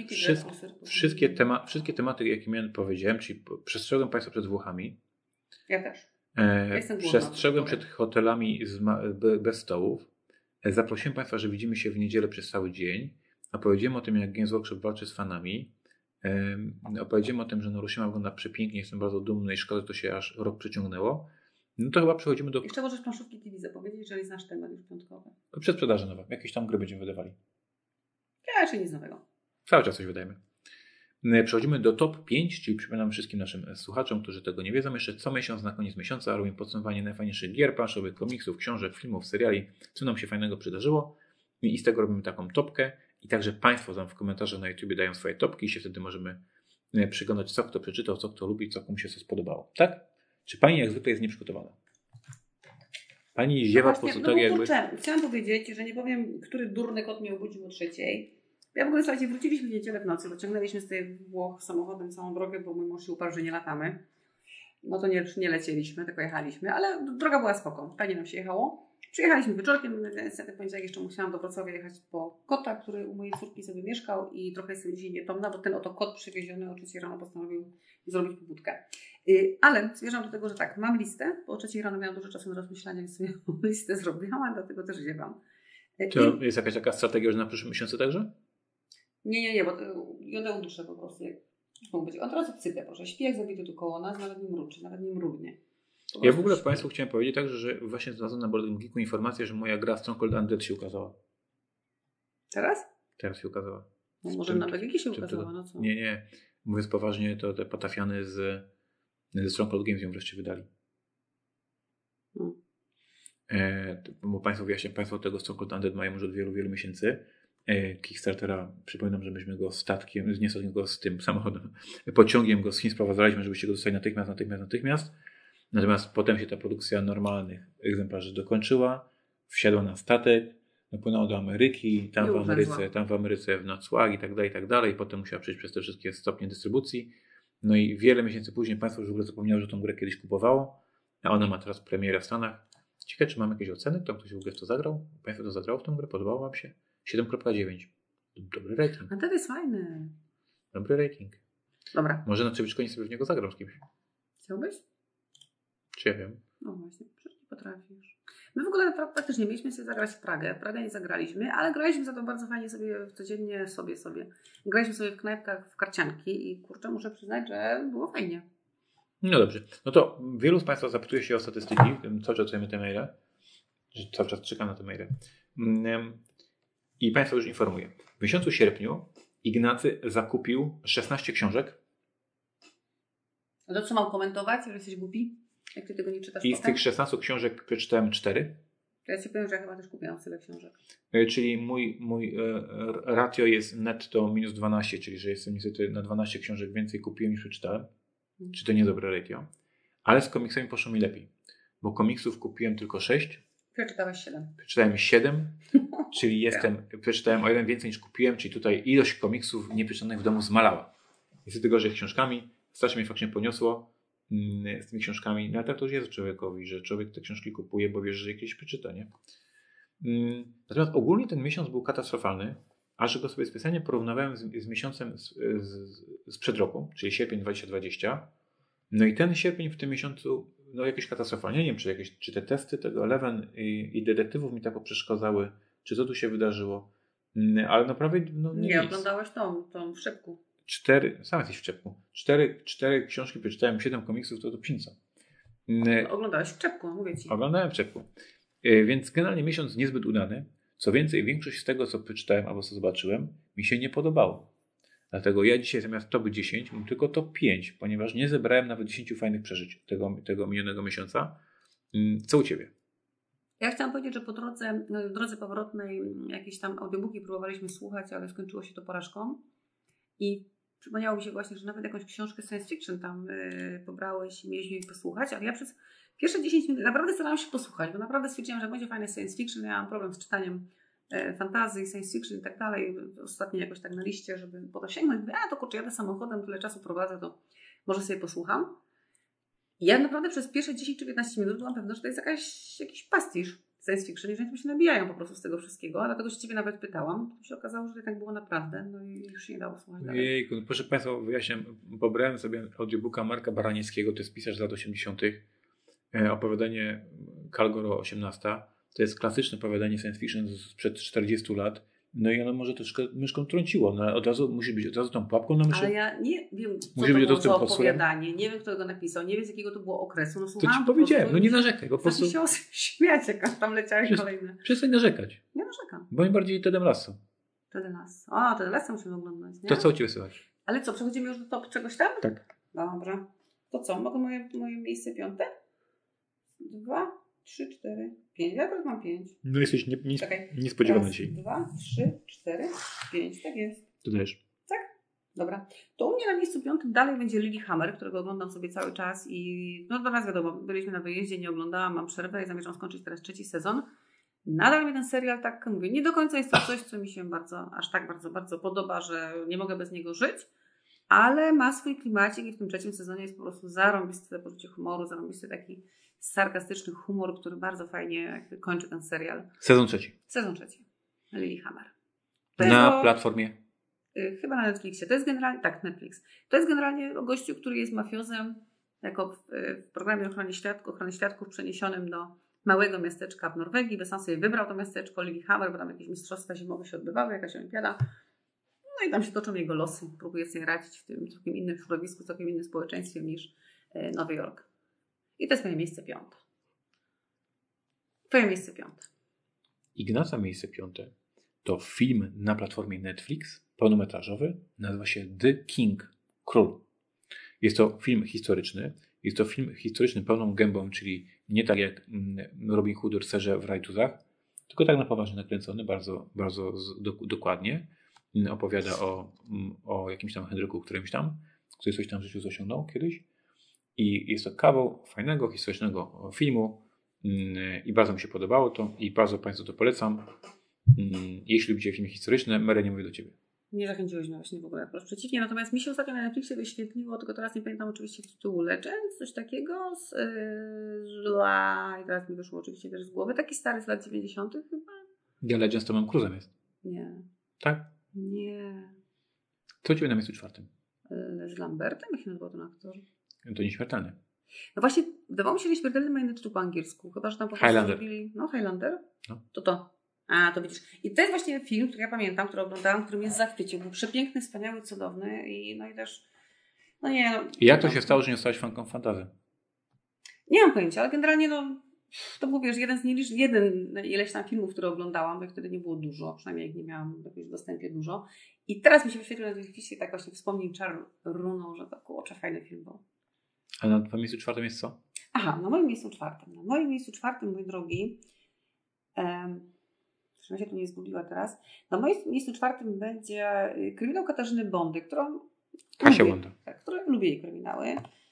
wszystkie tematy, jakie miałem powiedziałem, czyli przestrzegłem Państwa przed Włochami. Ja też. Przestrzegłem przed hotelami bez stołów. Zaprosiłem Państwa, że widzimy się w niedzielę przez cały dzień. Opowiedziałem o tym, jak Games Workshop walczy z fanami. Opowiedziałem o tym, że Neuroshima wygląda przepięknie. Jestem bardzo dumny i szkoda, że to się aż rok przeciągnęło. No to chyba przechodzimy do... Jeszcze możesz planszówki TV zapowiedzieć, jeżeli znasz temat już piątkowy. Przedsprzedaży nowe. Jakieś tam gry będziemy wydawali. Ja jeszcze nic nowego. Cały czas coś wydajemy. Przechodzimy do top 5, czyli przypominam wszystkim naszym słuchaczom, którzy tego nie wiedzą, jeszcze co miesiąc na koniec miesiąca robimy podsumowanie najfajniejszych gier planszowych, komiksów, książek, filmów, seriali, co nam się fajnego przydarzyło i z tego robimy taką topkę i także Państwo tam w komentarzach na YouTube dają swoje topki i się wtedy możemy przyglądać, co kto przeczytał, co kto lubi, co komu się co spodobało. Tak? Czy Pani jak zwykle jest nieprzygotowana? Pani ziewa po prostu tak jakby... Chciałam powiedzieć, że nie powiem, który durny kot mnie obudził o 3:00. Ja w ogóle, słuchajcie, wróciliśmy w niedzielę w nocy, bo ciągnęliśmy z tej Włoch samochodem całą drogę, bo mój mąż się uparł, że nie latamy. No to nie lecieliśmy, tylko jechaliśmy, ale droga była spoko, fajnie nam się jechało. Przyjechaliśmy wieczorkiem, niestety w poniedziałek jeszcze musiałam do Wrocławia jechać po kota, który u mojej córki sobie mieszkał i trochę jestem dzisiaj nietomna, bo ten oto kot przywieziony o 3:00 rano postanowił zrobić pobudkę. Ale zmierzam do tego, że tak, mam listę, bo o 3:00 rano miałam dużo czasu na rozmyślanie, więc sobie listę zrobiłam, dlatego też ziewam. To jest jakaś taka strategia, że na przyszłym miesiącu także? Nie, bo jodę uduszę po prostu. On teraz odsypia, proszę. Śpi jak zabity tu koło nas, nawet nie mruczy, nawet nie mrugnie. Ja w ogóle Państwu chciałem powiedzieć także, że właśnie znalazłem na Board Game Geeku informację, że moja gra Stronghold Undead się ukazała. Teraz? Teraz się ukazała. No może na BGG się ukazała, no co? Nie. Mówiąc poważnie, to te potafiany ze Stronghold Games ją wreszcie wydali. Bo Państwo tego Stronghold Undead mają już od wielu miesięcy. Kickstartera, przypominam, że myśmy go statkiem, nie go z tym samochodem, pociągiem go z Chin sprowadzaliśmy, żebyście go dostali natychmiast. Natomiast potem się ta produkcja normalnych egzemplarzy dokończyła, wsiadła na statek, płynęła do Ameryki, tam w Ameryce na cłach i tak dalej. Potem musiała przejść przez te wszystkie stopnie dystrybucji. No i wiele miesięcy później Państwo już w ogóle zapomniało, że tą grę kiedyś kupowało, a ona ma teraz premierę w Stanach. Ciekawe, czy mam jakieś oceny? Tam ktoś w ogóle w to zagrał? Państwo to zagrało w tą grę? Podobało Wam się? 7.9. Dobry rating. A ten jest fajny. Dobry rating. Dobra. Może na przewyższenie sobie w niego zagram z kimś. Chciałbyś? Czy ja wiem? No właśnie, przecież nie potrafisz. My w ogóle praktycznie mieliśmy sobie zagrać w Pragę. W Pragę nie zagraliśmy, ale graliśmy za to bardzo fajnie sobie codziennie sobie. Graliśmy sobie w knajpkach w karcianki i kurczę, muszę przyznać, że było fajnie. No dobrze. No to wielu z Państwa zapytuje się o statystyki. Cały czas czekamy te maile. Cały czas czekam na te maile. I Państwa już informuję. W miesiącu sierpniu Ignacy zakupił 16 książek. A to co mam komentować, że jesteś głupi? Jak ty tego nie czytasz I potem? z tych 16 książek przeczytałem 4. Ja ci powiem, że ja chyba też kupiłam tyle książek. Czyli mój ratio jest netto minus 12, czyli że jestem niestety na 12 książek więcej kupiłem niż przeczytałem. Czy to niedobre ratio? Ale z komiksami poszło mi lepiej. Bo komiksów kupiłem tylko 6. Przeczytałeś 7. Przeczytałem 7, czyli przeczytałem o 1 więcej niż kupiłem, czyli tutaj ilość komiksów nieprzeczytanych w domu zmalała. Niestety gorzej z książkami. Strasznie mnie faktycznie poniosło z tymi książkami. No ale tak to już jest człowiekowi, że człowiek te książki kupuje, bo wie, że jakieś przeczyta, nie? Natomiast ogólnie ten miesiąc był katastrofalny, a że go sobie specjalnie porównywałem z miesiącem sprzed roku, czyli sierpień 2020. No i ten sierpień w tym miesiącu no jakieś katastrofalnie. Nie wiem, czy te testy tego Eleven i detektywów mi tak poprzeszkadzały, czy co tu się wydarzyło. Ale naprawdę nie oglądałeś tą w szybku. Sam jesteś w czepku. 4 książki przeczytałem, 7 komiksów, to psinca. Oglądałeś w czepku, mówię ci. Oglądałem w czepku. Więc generalnie miesiąc niezbyt udany. Co więcej, większość z tego, co przeczytałem albo co zobaczyłem, mi się nie podobało. Dlatego ja dzisiaj zamiast top 10 mam tylko top 5, ponieważ nie zebrałem nawet 10 fajnych przeżyć tego minionego miesiąca. Co u Ciebie? Ja chciałam powiedzieć, że w drodze powrotnej jakieś tam audiobooki próbowaliśmy słuchać, ale skończyło się to porażką. I przypomniało mi się właśnie, że nawet jakąś książkę science fiction tam pobrałeś i mieliśmy jej posłuchać, ale ja przez pierwsze 10 minut naprawdę starałam się posłuchać, bo naprawdę stwierdziłam, że jak będzie fajne science fiction, ja mam problem z czytaniem fantasy, science fiction i tak dalej. Ostatnio jakoś tak na liście, żeby po to sięgnąć. Mówię, to kurczę, jadę samochodem, tyle czasu prowadzę, to może sobie posłucham. I ja naprawdę przez pierwsze 10 czy 15 minut byłam pewna, że to jest jakiś pastisz science fiction i że oni się nabijają po prostu z tego wszystkiego. Dlatego się Ciebie nawet pytałam. To się okazało, że tak było naprawdę. No i już się nie dało słuchać dalej. Jejku, proszę Państwa, wyjaśniam. Pobrałem sobie audiobooka Marka Baranieckiego, to jest pisarz z lat 80. Opowiadanie Kalgoro 18. To jest klasyczne opowiadanie science fiction sprzed 40 lat. No i ono może troszkę myszką trąciło. No, od razu musi być tą pułapką na myszy. Ale ja nie wiem, co musi to być było za opowiadanie. Nie wiem, kto go napisał. Nie wiem, z jakiego to było okresu. No słuchałam. To Ci powiedziałem. No nie narzekaj. Po prostu się śmiać, jak tam leciały kolejne. Przestań narzekać. Nie narzekam. Bo im bardziej Tedem Lasso. Tedem Lasso. O, Tedem Lasso musimy oglądać. Nie? To co u Ciebie słychać? Ale co, przechodzimy już do top czegoś tam? Tak. Dobrze. To co, mogę moje miejsce 5? 2, 3, 4, 5. Ja akurat mam 5. No jesteś niespodziewany dzisiaj. 2, 3, 4, 5. Tak jest. To też. Tak? Dobra. To u mnie na miejscu 5 dalej będzie Lilyhammer, którego oglądam sobie cały czas i no teraz wiadomo, byliśmy na wyjeździe, nie oglądałam, mam przerwę i zamierzam skończyć teraz 3. sezon. Nadal mi ten serial, tak mówię, nie do końca jest to coś, co mi się aż tak bardzo podoba, że nie mogę bez niego żyć, ale ma swój klimacik i w tym 3. sezonie jest po prostu zarąbiste poczucie humoru, zarąbisty taki sarkastyczny humor, który bardzo fajnie jakby kończy ten serial. Sezon 3. Sezon 3. Lilyhammer. Na platformie? Chyba na Netflixie. To jest generalnie, tak, Netflix. To jest generalnie o gościu, który jest mafiozem, jako w programie ochrony świadków przeniesionym do małego miasteczka w Norwegii. Bo sam sobie wybrał to miasteczko Lilyhammer, bo tam jakieś mistrzostwa zimowe się odbywały, jakaś olimpiada. No i tam się toczą jego losy. Próbuje sobie radzić w tym całkiem innym środowisku, całkiem innym społeczeństwie niż Nowy Jork. I to jest moje miejsce 5. Twoje miejsce 5. Ignaca miejsce 5 to film na platformie Netflix, pełnometrażowy, nazywa się The King, Król. Jest to film historyczny. Jest to film historyczny pełną gębą, czyli nie tak jak Robin Hood w serze w Rajtuzach, tylko tak na poważnie nakręcony, bardzo, bardzo dokładnie. Opowiada o jakimś tam Henryku którymś tam, który coś tam w życiu osiągnął kiedyś. I jest to kawał fajnego, historycznego filmu i bardzo mi się podobało to i bardzo Państwu to polecam. Jeśli lubicie filmy historyczne, Mary, nie mówię do Ciebie. Nie zachęciłeś mnie właśnie w ogóle, wprost przeciwnie. Natomiast mi się ostatnio na Netflixie wyświetliło, tylko teraz nie pamiętam oczywiście tytułu Legends, coś takiego i teraz mi wyszło oczywiście też z głowy. Taki stary z lat 90. chyba. Ja Legends to Tomem Cruise'em jest. Nie. Tak? Nie. Co u Ciebie na miejscu 4? Z Lambertem? Jak się nazywał ten aktor? To nieśmiertelny. No właśnie, wydawało mi się, że śmiertelny ma inny tytuł po angielsku. Chyba, że tam po prostu Highlander. zrobili... No, Highlander. No. To. A, to widzisz. I to jest właśnie film, który ja pamiętam, który oglądałam, który mnie zachwycił. Był przepiękny, wspaniały, cudowny i też... No nie, no... I jak to się stało, że nie zostałaś fanką fantasy? Nie mam pojęcia, ale generalnie To był, wiesz, ileś tam filmów, które oglądałam, bo ich wtedy nie było dużo, przynajmniej jak nie miałam w jakimś dostępie dużo. I teraz mi się wyświetlił na Netflixie tak właśnie wspomnień Czar runął, że to kurczę, fajny film był. A na Twoim miejscu czwartym jest co? Aha, na moim miejscu czwartym. Na moim miejscu czwartym, mój drogi, żebym się tu nie zgubiła teraz, na moim miejscu czwartym będzie kryminał Katarzyny Bondy, którą Kasia lubię, Bonda. tak, którą lubię jej kryminały.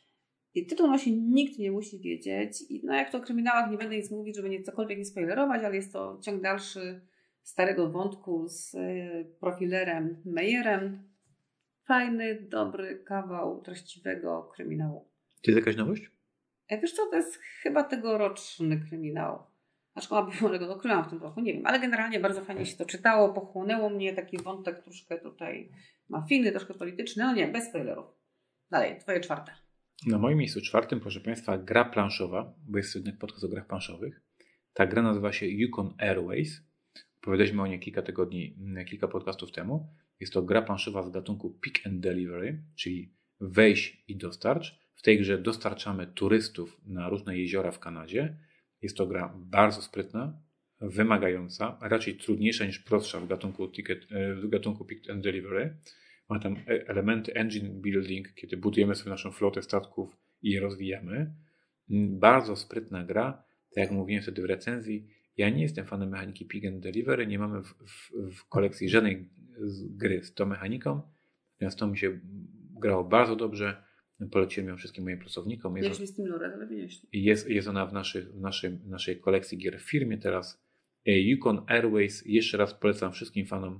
I tytuł nosi Nikt nie musi wiedzieć. I no jak to o kryminałach nie będę nic mówić, żeby cokolwiek nie spoilerować, ale jest to ciąg dalszy starego wątku z profilerem Meyerem. Fajny, dobry kawał treściwego kryminału. Czy jest jakaś nowość? Wiesz co, to jest chyba tegoroczny kryminał. Aczkolwiek może go odkryłam w tym roku, nie wiem. Ale generalnie bardzo fajnie się to czytało, pochłonęło mnie. Taki wątek troszkę tutaj mafijny, troszkę polityczny. No nie, bez spoilerów. Dalej, twoje czwarte. Na moim miejscu czwartym, proszę Państwa, gra planszowa, bo jest jednak podcast o grach planszowych. Ta gra nazywa się Yukon Airways. Opowiadaliśmy o niej kilka podcastów temu. Jest to gra planszowa z gatunku Pick and Delivery, czyli weź i dostarcz. W tej grze dostarczamy turystów na różne jeziora w Kanadzie. Jest to gra bardzo sprytna, wymagająca, raczej trudniejsza niż prostsza w gatunku Pick and Delivery. Ma tam elementy engine building, kiedy budujemy sobie naszą flotę statków i je rozwijamy. Bardzo sprytna gra. Tak jak mówiłem wtedy w recenzji, ja nie jestem fanem mechaniki Pick and Delivery. Nie mamy w kolekcji żadnej gry z tą mechaniką. Natomiast to mi się grało bardzo dobrze. Poleciłem ją wszystkim moim pracownikom. Mieliśmy z tym lorę, ale wynieśli. Jest ona w naszej kolekcji gier w firmie teraz. Yukon Airways. Jeszcze raz polecam wszystkim fanom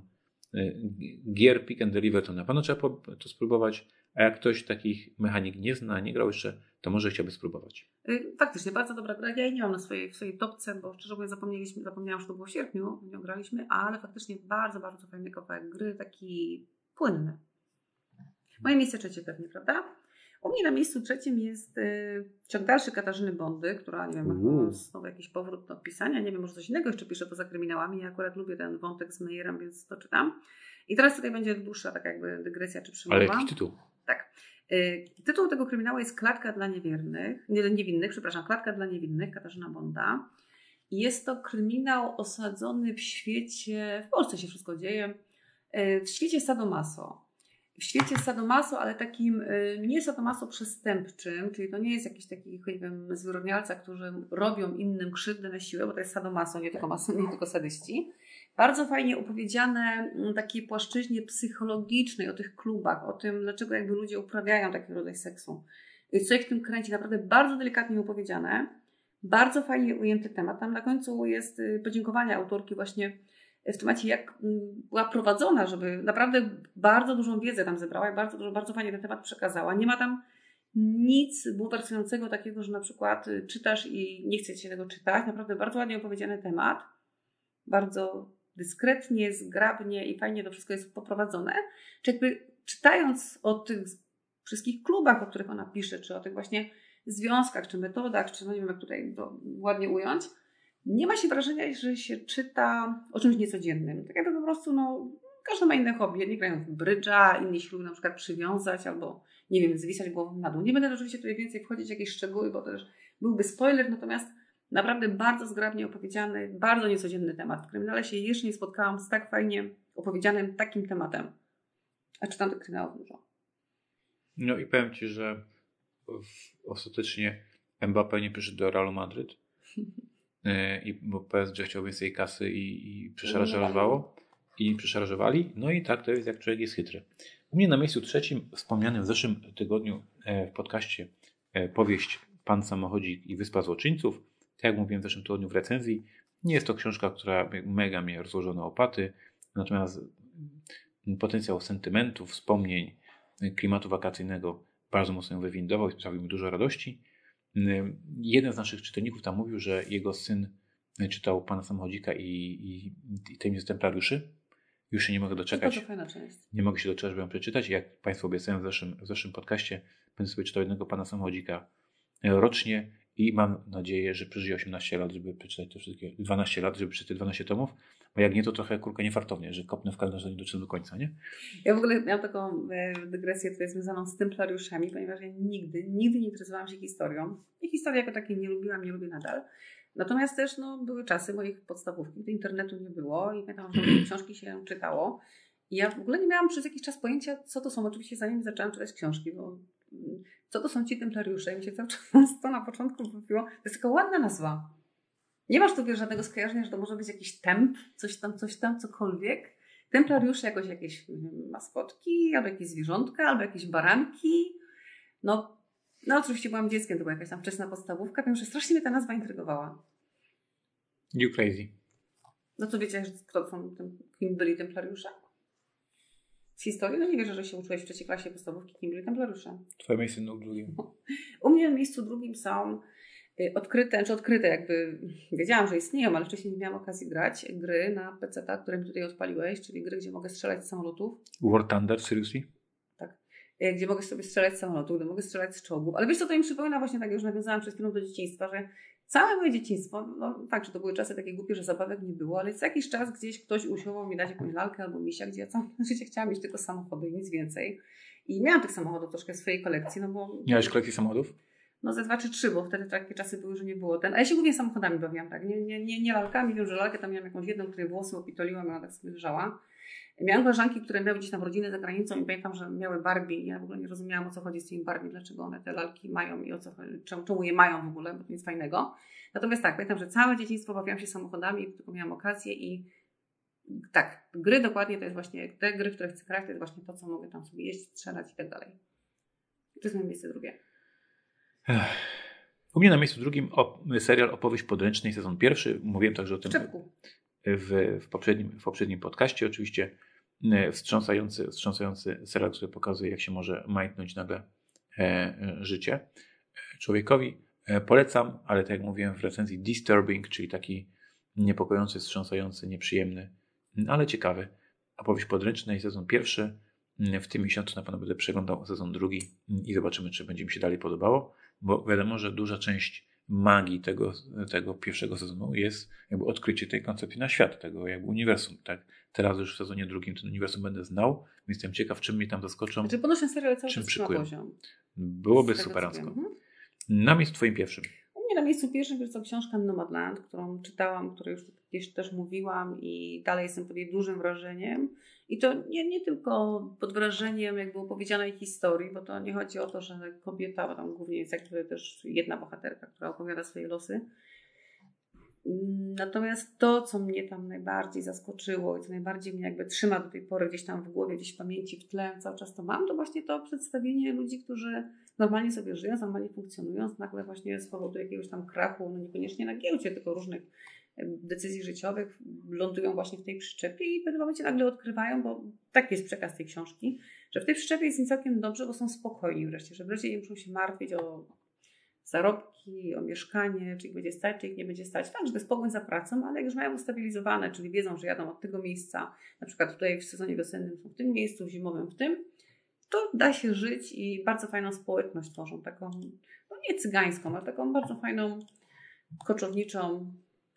gier Pick and Deliver, to na pewno trzeba to spróbować, a jak ktoś takich mechanik nie zna, nie grał jeszcze, to może chciałby spróbować. Faktycznie, bardzo dobra gra. Ja jej nie mam w swojej topce, bo szczerze mówiąc zapomniałam, że to było w sierpniu, w nią graliśmy, ale faktycznie bardzo, bardzo fajny kawałek gry, taki płynny. Moje miejsce trzecie pewnie, prawda? U mnie na miejscu trzecim jest ciąg dalszy Katarzyny Bondy, która, nie wiem, ma znowu jakiś powrót do pisania, nie wiem, może coś innego jeszcze pisze poza kryminałami. Ja akurat lubię ten wątek z Meyerem, więc to czytam. I teraz tutaj będzie dłuższa tak jakby dygresja czy przemowa. Ale jakiś tytuł? Tak. Tytuł tego kryminału jest Klatka dla niewinnych, Klatka dla niewinnych, Katarzyna Bonda. I jest to kryminał osadzony w świecie, w Polsce się wszystko dzieje, w świecie sadomaso. W świecie sadomaso, ale takim nie sadomaso przestępczym, czyli to nie jest jakiś taki, nie wiem, zwyrodnialca, którzy robią innym krzywdę na siłę, bo to jest sadomaso, nie tylko sadyści. Bardzo fajnie opowiedziane takiej płaszczyźnie psychologicznej, o tych klubach, o tym, dlaczego jakby ludzie uprawiają taki rodzaj seksu. Co ich w tym kręci, naprawdę bardzo delikatnie opowiedziane, bardzo fajnie ujęty temat. Tam na końcu jest podziękowanie autorki właśnie w temacie, jak była prowadzona, żeby naprawdę bardzo dużą wiedzę tam zebrała i bardzo fajnie ten temat przekazała. Nie ma tam nic bulwersującego takiego, że na przykład czytasz i nie chce ci się tego czytać. Naprawdę bardzo ładnie opowiedziany temat. Bardzo dyskretnie, zgrabnie i fajnie to wszystko jest poprowadzone. Czy jakby czytając o tych wszystkich klubach, o których ona pisze, czy o tych właśnie związkach, czy metodach, czy no nie wiem jak tutaj to ładnie ująć, nie ma się wrażenia, że się czyta o czymś niecodziennym. Tak jakby po prostu, każdy ma inne hobby. Jedni grają w brydża, inni się lubią na przykład przywiązać albo, nie wiem, zwisać głową na dół. Nie będę oczywiście tutaj więcej wchodzić w jakieś szczegóły, bo też byłby spoiler, natomiast naprawdę bardzo zgrabnie opowiedziany, bardzo niecodzienny temat. W kryminale się jeszcze nie spotkałam z tak fajnie opowiedzianym takim tematem. A czytam tych kryminałów dużo. No i powiem Ci, że ostatecznie Mbappé nie przyszedł do Realu Madryt. Bo PSG chciał więcej kasy i przeszarżowało i przeszarżowali. No i tak to jest, jak człowiek jest chytry. U mnie na miejscu trzecim, wspomnianym w zeszłym tygodniu w podcaście powieść Pan Samochodzik i Wyspa Złoczyńców. Tak jak mówiłem w zeszłym tygodniu w recenzji, nie jest to książka, która mega mnie rozłożyła na opaty, natomiast potencjał sentymentu, wspomnień, klimatu wakacyjnego bardzo mocno ją wywindował i sprawił mi dużo radości. Jeden z naszych czytelników tam mówił, że jego syn czytał Pana Samochodzika i Tajemnice Templariuszy. Już się nie mogę doczekać. To fajna część. Nie mogę się doczekać, żeby ją przeczytać. Jak Państwu obiecałem w zeszłym podcaście, będę sobie czytał jednego Pana Samochodzika rocznie i mam nadzieję, że przeżyję 18 lat, żeby przeczytać te wszystkie 12 lat, żeby przeczytać 12 tomów. Bo jak nie, to trochę kurka niefartownie, że kopnę w kalendarz, nie dotrzymam do końca, nie? Ja w ogóle miałam taką dygresję tutaj związaną z templariuszami, ponieważ ja nigdy nie interesowałam się historią. I historii jako takiej nie lubiłam, nie lubię nadal. Natomiast też były czasy moich podstawówki, gdy internetu nie było i pamiętam, że moje książki się czytało. I ja w ogóle nie miałam przez jakiś czas pojęcia, co to są. Oczywiście zanim zaczęłam czytać książki, bo co to są ci templariusze? I mi się cały czas to na początku mówiło. To jest taka ładna nazwa. Nie masz tu żadnego skojarzenia, że to może być jakiś temp, coś tam, cokolwiek. Templariusze jakoś jakieś maskotki, albo jakieś zwierzątka, albo jakieś baranki. No oczywiście byłam dzieckiem, to była jakaś tam wczesna podstawówka. Wiem, że strasznie mnie ta nazwa intrygowała. You crazy. No to wiecie, kim byli templariusze? Z historii? No nie wierzę, że się uczyłeś w trzeciej klasie podstawówki, kim byli templariusze. Twoje miejsce na drugim. U mnie na miejscu drugim są odkryte jakby, wiedziałam, że istnieją, ale wcześniej nie miałam okazji grać, gry na PC-ta, które mi tutaj odpaliłeś, czyli gry, gdzie mogę strzelać z samolotów. War Thunder, seriously? Tak. Gdzie mogę sobie strzelać z samolotów, gdzie mogę strzelać z czołgów. Ale wiesz co, to mi przypomina właśnie, tak już nawiązałam przed chwilą do dzieciństwa, że całe moje dzieciństwo, fakt, że to były czasy takie głupie, że zabawek nie było, ale co jakiś czas gdzieś ktoś usiłował mi dać jakąś lalkę albo misia, gdzie ja całe życie chciałam mieć tylko samochody i nic więcej. I miałam tych samochodów troszkę w swojej kolekcji, bo... Miałeś kolekcję samochodów? Ze 2 czy 3, bo wtedy takie czasy były, że nie było a ja się głównie samochodami bawiłam, tak? Nie lalkami, wiem, że lalkę tam miałam jakąś jedną, której włosy opitoliłam, ona tak sobie leżała. Miałam koleżanki, które miały gdzieś tam rodziny za granicą i pamiętam, że miały Barbie. Ja w ogóle nie rozumiałam, o co chodzi z tymi Barbie, dlaczego one te lalki mają i o co chodzi, czemu je mają w ogóle, bo to nic fajnego. Natomiast tak, pamiętam, że całe dzieciństwo bawiłam się samochodami, tylko miałam okazję i tak, gry dokładnie to jest właśnie, te gry, w które chcę grać, to jest właśnie to, co mogę tam sobie jeść, strzelać i tak dalej. To jest moje miejsce drugie. U mnie na miejscu drugim serial Opowieść podręcznej, sezon 1. Mówiłem także o tym w poprzednim podcaście. Oczywiście wstrząsający serial, który pokazuje, jak się może majtnąć nagle życie człowiekowi. Polecam, ale tak jak mówiłem w recenzji, disturbing, czyli taki niepokojący, wstrząsający, nieprzyjemny, ale ciekawy. Opowieść podręcznej, sezon 1. W tym miesiącu na pewno będę przeglądał sezon 2 i zobaczymy, czy będzie mi się dalej podobało, bo wiadomo, że duża część magii tego pierwszego sezonu jest jakby odkrycie tej koncepcji na świat, tego jakby uniwersum. Tak? Teraz już w sezonie 2 ten uniwersum będę znał, więc jestem ciekaw, czym mnie tam zaskoczą. Znaczy ponoszę serial cały czas na poziom. Byłoby superancko. Na miejscu twoim pierwszym. U mnie na miejscu pierwszym jest to książka Nomadland, którą czytałam, której już gdzieś też mówiłam i dalej jestem pod jej dużym wrażeniem. I to nie tylko pod wrażeniem jakby opowiedzianej historii, bo to nie chodzi o to, że kobieta, bo tam głównie jest jakby też jedna bohaterka, która opowiada swoje losy. Natomiast to, co mnie tam najbardziej zaskoczyło i co najbardziej mnie jakby trzyma do tej pory gdzieś tam w głowie, gdzieś w pamięci, w tle, cały czas to mam, to właśnie to przedstawienie ludzi, którzy normalnie sobie żyją, normalnie funkcjonując, nagle właśnie z powodu jakiegoś tam krachu, niekoniecznie na giełdzie, tylko różnych decyzji życiowych lądują właśnie w tej przyczepie i w pewnym momencie nagle odkrywają, bo taki jest przekaz tej książki, że w tej przyczepie jest im całkiem dobrze, bo są spokojni wreszcie, że wreszcie nie muszą się martwić o zarobki, o mieszkanie, czy ich będzie stać, czy ich nie będzie stać. Tak, że to jest pogoń za pracą, ale jak już mają ustabilizowane, czyli wiedzą, że jadą od tego miejsca, na przykład tutaj w sezonie wiosennym są w tym miejscu, w zimowym w tym, to da się żyć i bardzo fajną społeczność tworzą, taką, nie cygańską, ale taką bardzo fajną, koczowniczą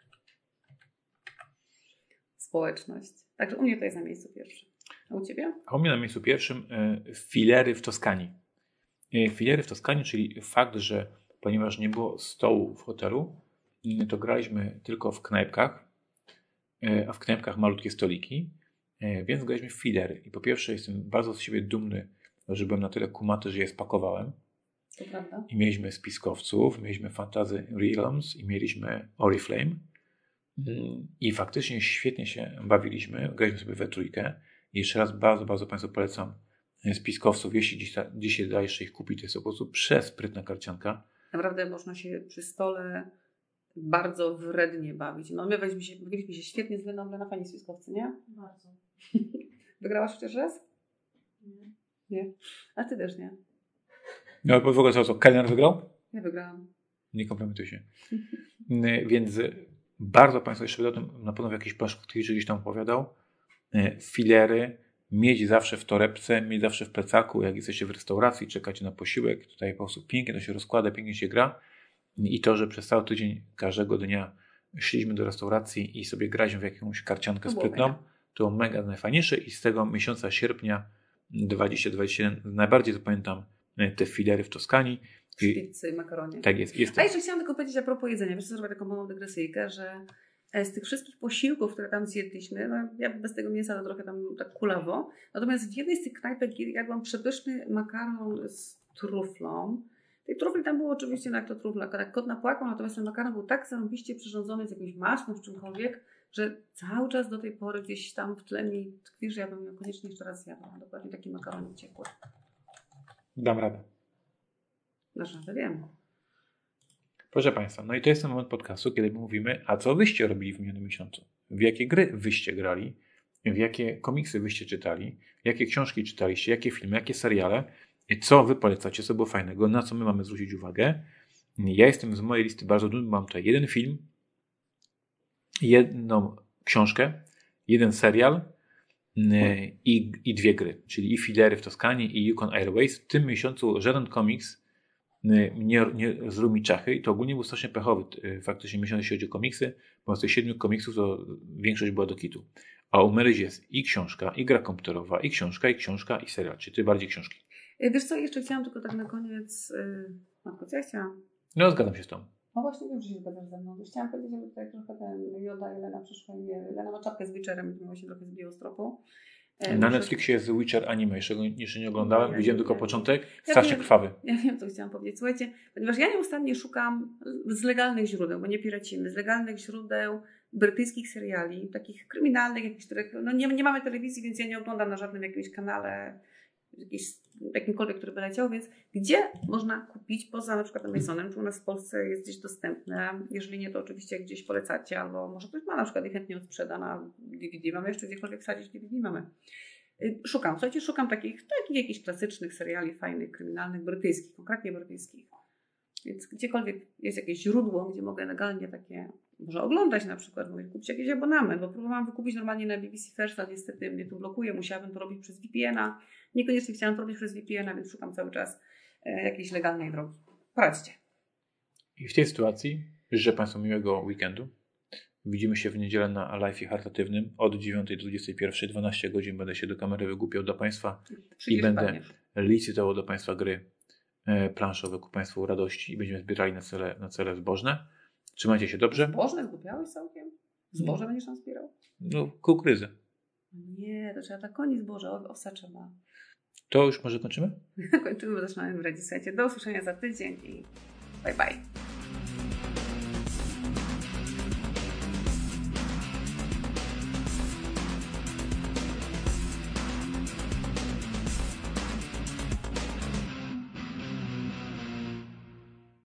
społeczność. Także u mnie to jest na miejscu pierwszym. A u Ciebie? A u mnie na miejscu pierwszym filery w Toskanii. Filery w Toskanii, czyli fakt, że ponieważ nie było stołu w hotelu, to graliśmy tylko w knajpkach, a w knajpkach malutkie stoliki, więc graliśmy w filery. I po pierwsze jestem bardzo z siebie dumny, że byłem na tyle kumaty, że je spakowałem. To prawda. I mieliśmy spiskowców, mieliśmy Fantasy Realms i mieliśmy Oriflame. I faktycznie świetnie się bawiliśmy, graliśmy sobie we trójkę. I jeszcze raz bardzo, bardzo Państwu polecam spiskowców. Jeśli dzisiaj da jeszcze ich kupić, to jest po prostu przesprytna karcianka. Naprawdę można się przy stole bardzo wrednie bawić. No my bawiliśmy się świetnie z Leną. Lena fajnie spiskowcy, nie? Bardzo. Wygrałaś chociaż raz? Nie. Nie. A Ty też nie? No w ogóle co, Kelner wygrał? Ja wygrałam. Nie kompromituj się. Więc bardzo Państwu jeszcze o tym na pewno w jakiejś perspektywie gdzieś tam opowiadał. Filery mieć zawsze w torebce, mieć zawsze w plecaku, jak jesteście w restauracji, czekacie na posiłek. Tutaj po prostu pięknie to się rozkłada, pięknie się gra. I to, że przez cały tydzień, każdego dnia szliśmy do restauracji i sobie graliśmy w jakąś karciankę sprytną, to mega najfajniejsze i z tego miesiąca sierpnia 2021 najbardziej zapamiętam te filery w Toskanii Szpicy i makaronie. Tak jest. A jeszcze chciałam tylko powiedzieć a propos jedzenia. Wiesz co, zrobię taką małą dygresyjkę, że z tych wszystkich posiłków, które tam zjedliśmy, no ja bez tego mięsa to trochę tam tak kulawo. Natomiast w jednej z tych knajpek jadłam przepyszny makaron z truflą. Tej trufli tam było oczywiście, no jak to trufla, tak kot napłakał, natomiast ten makaron był tak zarąbiście przyrządzony z jakimś masłem, z czymkolwiek, że cały czas do tej pory gdzieś tam w tle mi tkwi, że ja bym ją koniecznie jeszcze raz zjadła. Dokładnie taki makaron ciepły. Dam radę. Dasz radę, wiem. Proszę Państwa, no i to jest ten moment podcastu, kiedy mówimy, a co wyście robili w minionym miesiącu? W jakie gry wyście grali? W jakie komiksy wyście czytali? Jakie książki czytaliście? Jakie filmy? Jakie seriale? Co wy polecacie, co było fajnego? Na co my mamy zwrócić uwagę? Ja jestem z mojej listy bardzo dumny. Mam tutaj jeden film, jedną książkę, jeden serial i dwie gry, czyli i Filery w Toskanii i Yukon Airways. W tym miesiącu żaden komiks nie zruł mi czachy i to ogólnie był strasznie pechowy faktycznie miesiąc, jeśli chodzi o komiksy, bo z tych 7 komiksów to większość była do kitu. A u Marysi jest i książka, i gra komputerowa, i książka, i serial, czyli ty bardziej książki. Wiesz co, jeszcze chciałam tylko tak na koniec... Matko, co ja chciałam? No, zgadzam się z tą. No właśnie wiem, że się zgadzasz ze mną. Chciałam powiedzieć, żeby tutaj trochę ten Joda i Elena przyszła i Elena ma czapkę z Witcherem, to się trochę zbiło z tropu. Na Netflixie jest Witcher anime, jeszcze nie oglądałem, widziałem tylko początek, strasznie krwawy. Ja wiem, co chciałam powiedzieć. Słuchajcie, ponieważ ja nieustannie szukam z legalnych źródeł, bo nie piracimy, z legalnych źródeł brytyjskich seriali, takich kryminalnych, jakichś, których, no nie mamy telewizji, więc ja nie oglądam na żadnym jakimś kanale, jakimkolwiek, który by leciał, więc gdzie można kupić, poza na przykład Amazonem, czy u nas w Polsce jest gdzieś dostępne, jeżeli nie, to oczywiście gdzieś polecacie, albo może ktoś ma na przykład i chętnie odsprzeda na DVD, mamy jeszcze gdziekolwiek wsadzić DVD, mamy. Szukam takich jakichś klasycznych seriali fajnych, kryminalnych, brytyjskich, konkretnie brytyjskich. Więc gdziekolwiek jest jakieś źródło, gdzie mogę legalnie takie, może oglądać na przykład, mówię, kupić jakiś abonament, bo próbowałam wykupić normalnie na BBC First, ale niestety mnie tu blokuje, musiałabym to robić przez VPN-a. Niekoniecznie chciałam to robić przez VPN-a, więc szukam cały czas jakiejś legalnej drogi. Poradźcie. I w tej sytuacji życzę Państwu miłego weekendu. Widzimy się w niedzielę na live'ie charytatywnym od 9 do 21, 12 godzin będę się do kamery wygłupiał do Państwa i będę licytował do Państwa gry planszowe ku Państwu radości i będziemy zbierali na cele zbożne. Trzymajcie się dobrze. Zbożne zgubiałeś całkiem? Zboże będziesz nam zbierał? No, kukurydzy. Nie, to trzeba tak koniec zboża, owsa trzeba. To już może kończymy? Kończymy, bo zaczynamy w radzie. Słuchajcie, do usłyszenia za tydzień i bye bye.